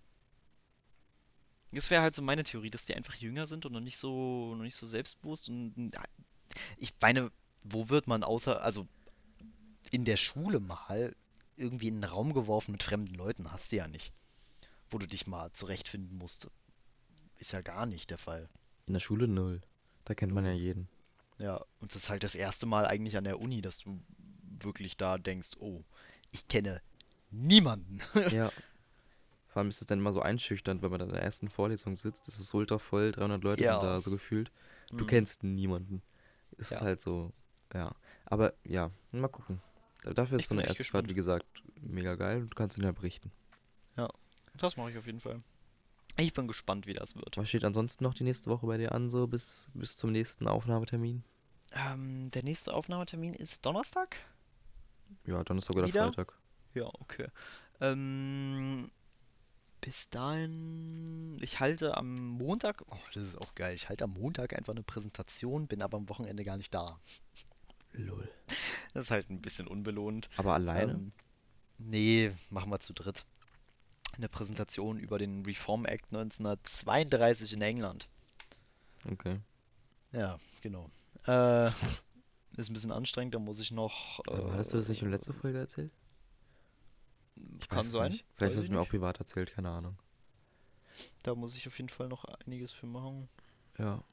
Das wäre halt so meine Theorie, dass die einfach jünger sind und noch nicht so, noch nicht so selbstbewusst. Und ja, ich meine, wo wird man außer, also in der Schule mal irgendwie in einen Raum geworfen mit fremden Leuten? Hast du ja nicht. Wo du dich mal zurechtfinden musst. Ist ja gar nicht der Fall. In der Schule null. Da kennt man ja Null. jeden. Ja, und das ist halt das erste Mal eigentlich an der Uni, dass du wirklich da denkst, oh, ich kenne niemanden. Ja. Vor allem ist es dann immer so einschüchternd, wenn man dann in der ersten Vorlesung sitzt. Es ist ultra voll, dreihundert Leute sind Ja. da so gefühlt. Du Hm, kennst niemanden. Ist ja, halt so, ja. Aber ja, mal gucken. Dafür ist ich so bin eine echt erste Fahrt, wie gespannt. gesagt, mega geil und du kannst ihn ja berichten. Ja, das mache ich auf jeden Fall. Ich bin gespannt, wie das wird. Was steht ansonsten noch die nächste Woche bei dir an, so bis, bis zum nächsten Aufnahmetermin? Ähm, der nächste Aufnahmetermin ist Donnerstag? Ja, Donnerstag oder Wieder? Freitag. Ja, okay. Ähm, bis dahin, ich halte am Montag, oh, das ist auch geil, ich halte am Montag einfach eine Präsentation, bin aber am Wochenende gar nicht da. Lol. Das ist halt ein bisschen unbelohnt. Aber alleine? Ähm, nee, machen wir zu dritt. Eine Präsentation über den Reform Act neunzehnhundertzweiunddreißig in England. Okay. Ja, genau. Äh, ist ein bisschen anstrengend, da muss ich noch. Aber hattest du das nicht in der letzten Äh, Folge erzählt? Ich weiß kann es sein, nicht. Vielleicht weiß hast ich du mir auch nicht. privat erzählt, keine Ahnung. Da muss ich auf jeden Fall noch einiges für machen. Ja.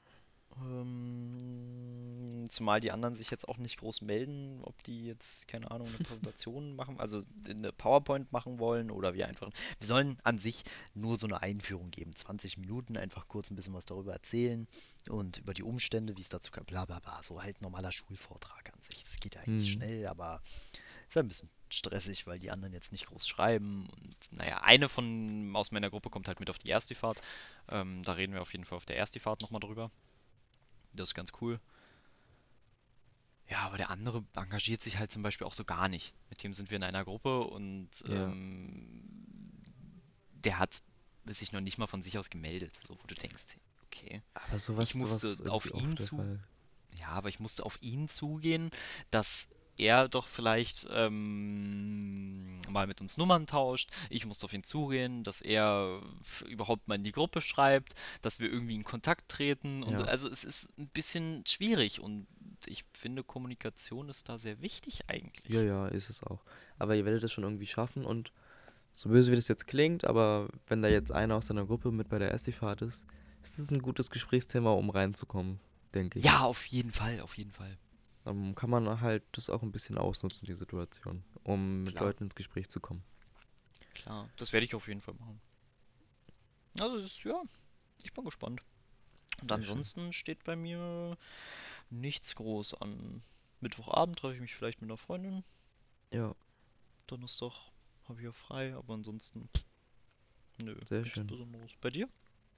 Ähm, zumal die anderen sich jetzt auch nicht groß melden, ob die jetzt, keine Ahnung, eine Präsentation machen, also eine PowerPoint machen wollen oder wir einfach. Wir sollen an sich nur so eine Einführung geben. zwanzig Minuten, einfach kurz ein bisschen was darüber erzählen und über die Umstände, wie es dazu kam, bla bla bla. So halt normaler Schulvortrag an sich. Das geht ja eigentlich Hm. schnell, aber ist ja ein bisschen stressig, weil die anderen jetzt nicht groß schreiben. Und naja, eine von aus meiner Gruppe kommt halt mit auf die Erstifahrt. Ähm, da reden wir auf jeden Fall auf der Erstifahrt nochmal drüber. Das ist ganz cool. Ja, aber der andere engagiert sich halt zum Beispiel auch so gar nicht. Mit dem sind wir in einer Gruppe und Ja. ähm, der hat sich noch nicht mal von sich aus gemeldet, so wo du denkst, okay, Aber ich sowas, sowas musste ist auf irgendwie ihn oft der zu, Fall. ja, aber ich musste auf ihn zugehen, dass er doch vielleicht ähm, mal mit uns Nummern tauscht. Ich musste auf ihn zugehen, dass er f- überhaupt mal in die Gruppe schreibt, dass wir irgendwie in Kontakt treten. Und Ja. also es ist ein bisschen schwierig und ich finde, Kommunikation ist da sehr wichtig Ja, eigentlich. ja, ist es auch. Aber ihr werdet es schon irgendwie schaffen und So böse wie das jetzt klingt, aber wenn da jetzt einer aus seiner Gruppe mit bei der Essi-Fahrt ist, ist das ein gutes Gesprächsthema, um reinzukommen, denke ich. Ja, auf jeden Fall, auf jeden Fall. Dann kann man halt das auch ein bisschen ausnutzen, die Situation, um mit Klar. Leuten ins Gespräch zu kommen. Klar, das werde ich auf jeden Fall machen. Also, es ist, ja, ich bin gespannt. Und Sehr ansonsten steht bei mir nichts groß an. Mittwochabend treffe ich mich vielleicht mit einer Freundin. Ja, Donnerstag habe ich ja frei, aber ansonsten, nö, Sehr nichts schön. Besonderes. Bei dir?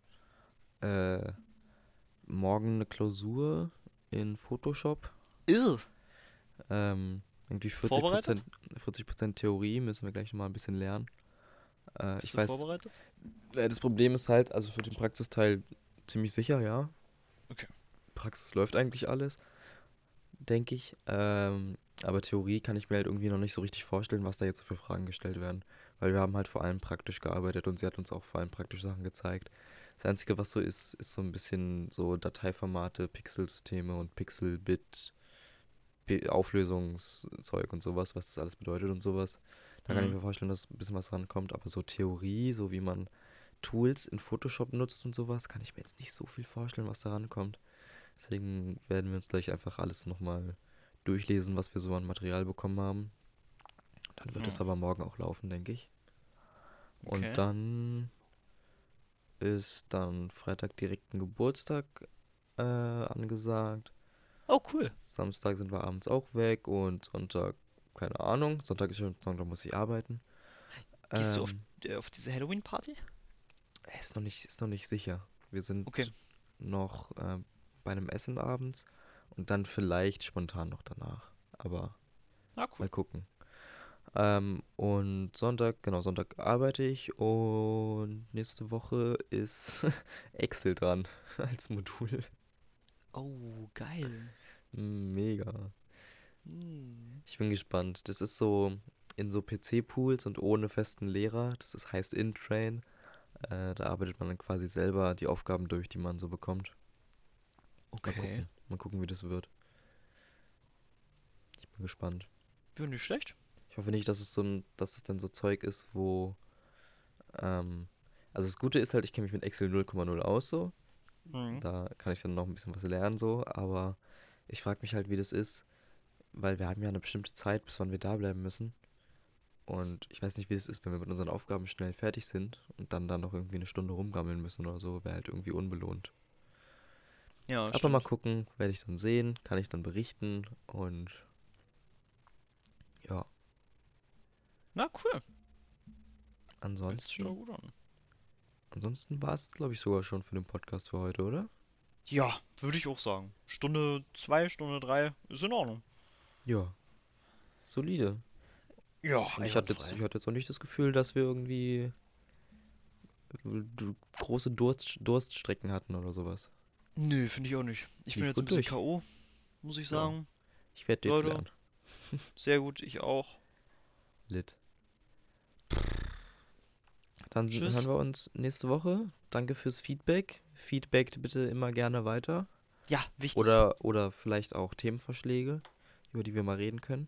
äh, morgen eine Klausur in Photoshop. Irr. Ähm, irgendwie vierzig Vorbereitet? Prozent, vierzig Prozent Theorie, müssen wir gleich nochmal ein bisschen lernen. Äh, Bist ich du weiß, vorbereitet? äh, das Problem ist halt, also für den Praxisteil ziemlich sicher, ja. Okay. Praxis läuft eigentlich alles, denke ich. Ähm, aber Theorie kann ich mir halt irgendwie noch nicht so richtig vorstellen, was da jetzt so für Fragen gestellt werden. Weil wir haben halt vor allem praktisch gearbeitet und sie hat uns auch vor allem praktische Sachen gezeigt. Das Einzige, was so ist, ist so ein bisschen so Dateiformate, Pixelsysteme und Pixel-Bit, Bi- Auflösungszeug und sowas, was das alles bedeutet und sowas. Da kann ich Mhm. mir vorstellen, dass ein bisschen was rankommt. Aber so Theorie, so wie man Tools in Photoshop nutzt und sowas, kann ich mir jetzt nicht so viel vorstellen, was da rankommt. Deswegen werden wir uns gleich einfach alles nochmal durchlesen, was wir so an Material bekommen haben. Dann wird es Hm. aber morgen auch laufen, denke ich. Und Okay. dann ist dann Freitag direkt ein Geburtstag äh, angesagt. Oh, cool. Samstag sind wir abends auch weg und Sonntag, keine Ahnung. Sonntag ist schon, Sonntag muss ich arbeiten. Gehst du auf, Ähm, äh, auf diese Halloween-Party? ist noch nicht, ist noch nicht sicher. Wir sind Okay. noch äh, bei einem Essen abends und dann vielleicht spontan noch danach. Aber Ah, cool. mal gucken. Ähm, und Sonntag, genau, Sonntag arbeite ich und nächste Woche ist Excel dran als Modul. Oh, geil. Mega. Hm. Ich bin gespannt. Das ist so in so P C-Pools und ohne festen Lehrer. Das ist, heißt InTrain. Äh, da arbeitet man dann quasi selber die Aufgaben durch, die man so bekommt. Mal Okay. gucken. Mal gucken, wie das wird. Ich bin gespannt. Ja, nicht schlecht. Ich hoffe nicht, dass es so ein, dass es dann so Zeug ist, wo, ähm, also das Gute ist halt, ich kenne mich mit Excel null Komma null aus so. Mhm. Da kann ich dann noch ein bisschen was lernen so, aber ich frage mich halt, wie das ist, weil wir haben ja eine bestimmte Zeit, bis wann wir da bleiben müssen. Und ich weiß nicht, wie das ist, wenn wir mit unseren Aufgaben schnell fertig sind und dann da noch irgendwie eine Stunde rumgammeln müssen oder so, wäre halt irgendwie unbelohnt. Ja, Aber mal stimmt. gucken, werde ich dann sehen, kann ich dann berichten und ja, Na, cool. Hört sich doch ansonsten, gut an. ansonsten war es, glaube ich, sogar schon für den Podcast für heute, oder? Ja, würde ich auch sagen. Stunde zwei, Stunde drei ist in Ordnung. Ja, solide. Ja, Und ich hatte jetzt, einwandfrei. ich hatte jetzt auch nicht das Gefühl, dass wir irgendwie äh, d- große Durst, Durststrecken hatten oder sowas. Nö, finde ich auch nicht. Ich bin Lief jetzt ein gut bisschen durch. K O, muss ich Ja, sagen. ich werde jetzt Leute, lernen. sehr gut, ich auch. Lit. Dann Tschüss. hören wir uns nächste Woche. Danke fürs Feedback. Feedbackt bitte immer gerne weiter. Ja, wichtig. Oder, oder vielleicht auch Themenvorschläge, über die wir mal reden können.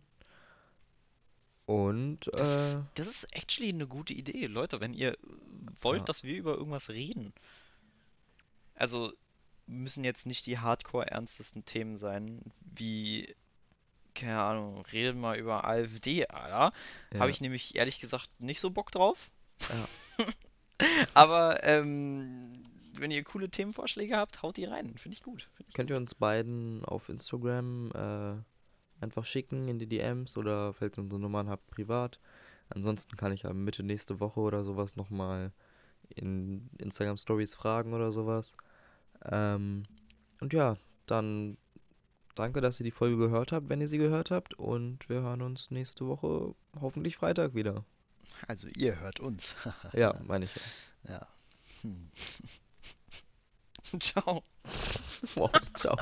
Und, Das, äh, das ist actually eine gute Idee, Leute, wenn ihr wollt, ja, dass wir über irgendwas reden. Also müssen jetzt nicht die hardcore ernstesten Themen sein, wie, keine Ahnung, redet mal über AfD, Alter. Habe ja, ich nämlich ehrlich gesagt nicht so Bock drauf. ja. Aber ähm, wenn ihr coole Themenvorschläge habt, haut die rein. Finde ich gut. Finde ich Könnt ihr gut. uns beiden auf Instagram äh, einfach schicken in die D Ms oder falls ihr unsere Nummern habt, privat. Ansonsten kann ich ja Mitte nächste Woche oder sowas nochmal in Instagram Stories fragen oder sowas. Ähm, und ja, dann danke, dass ihr die Folge gehört habt, wenn ihr sie gehört habt. Und wir hören uns nächste Woche, hoffentlich Freitag wieder. Also ihr hört uns. Ja, meine ich ja. Ja. Hm. Ciao. Wow, ciao.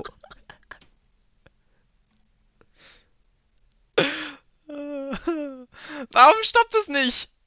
Warum stoppt es nicht?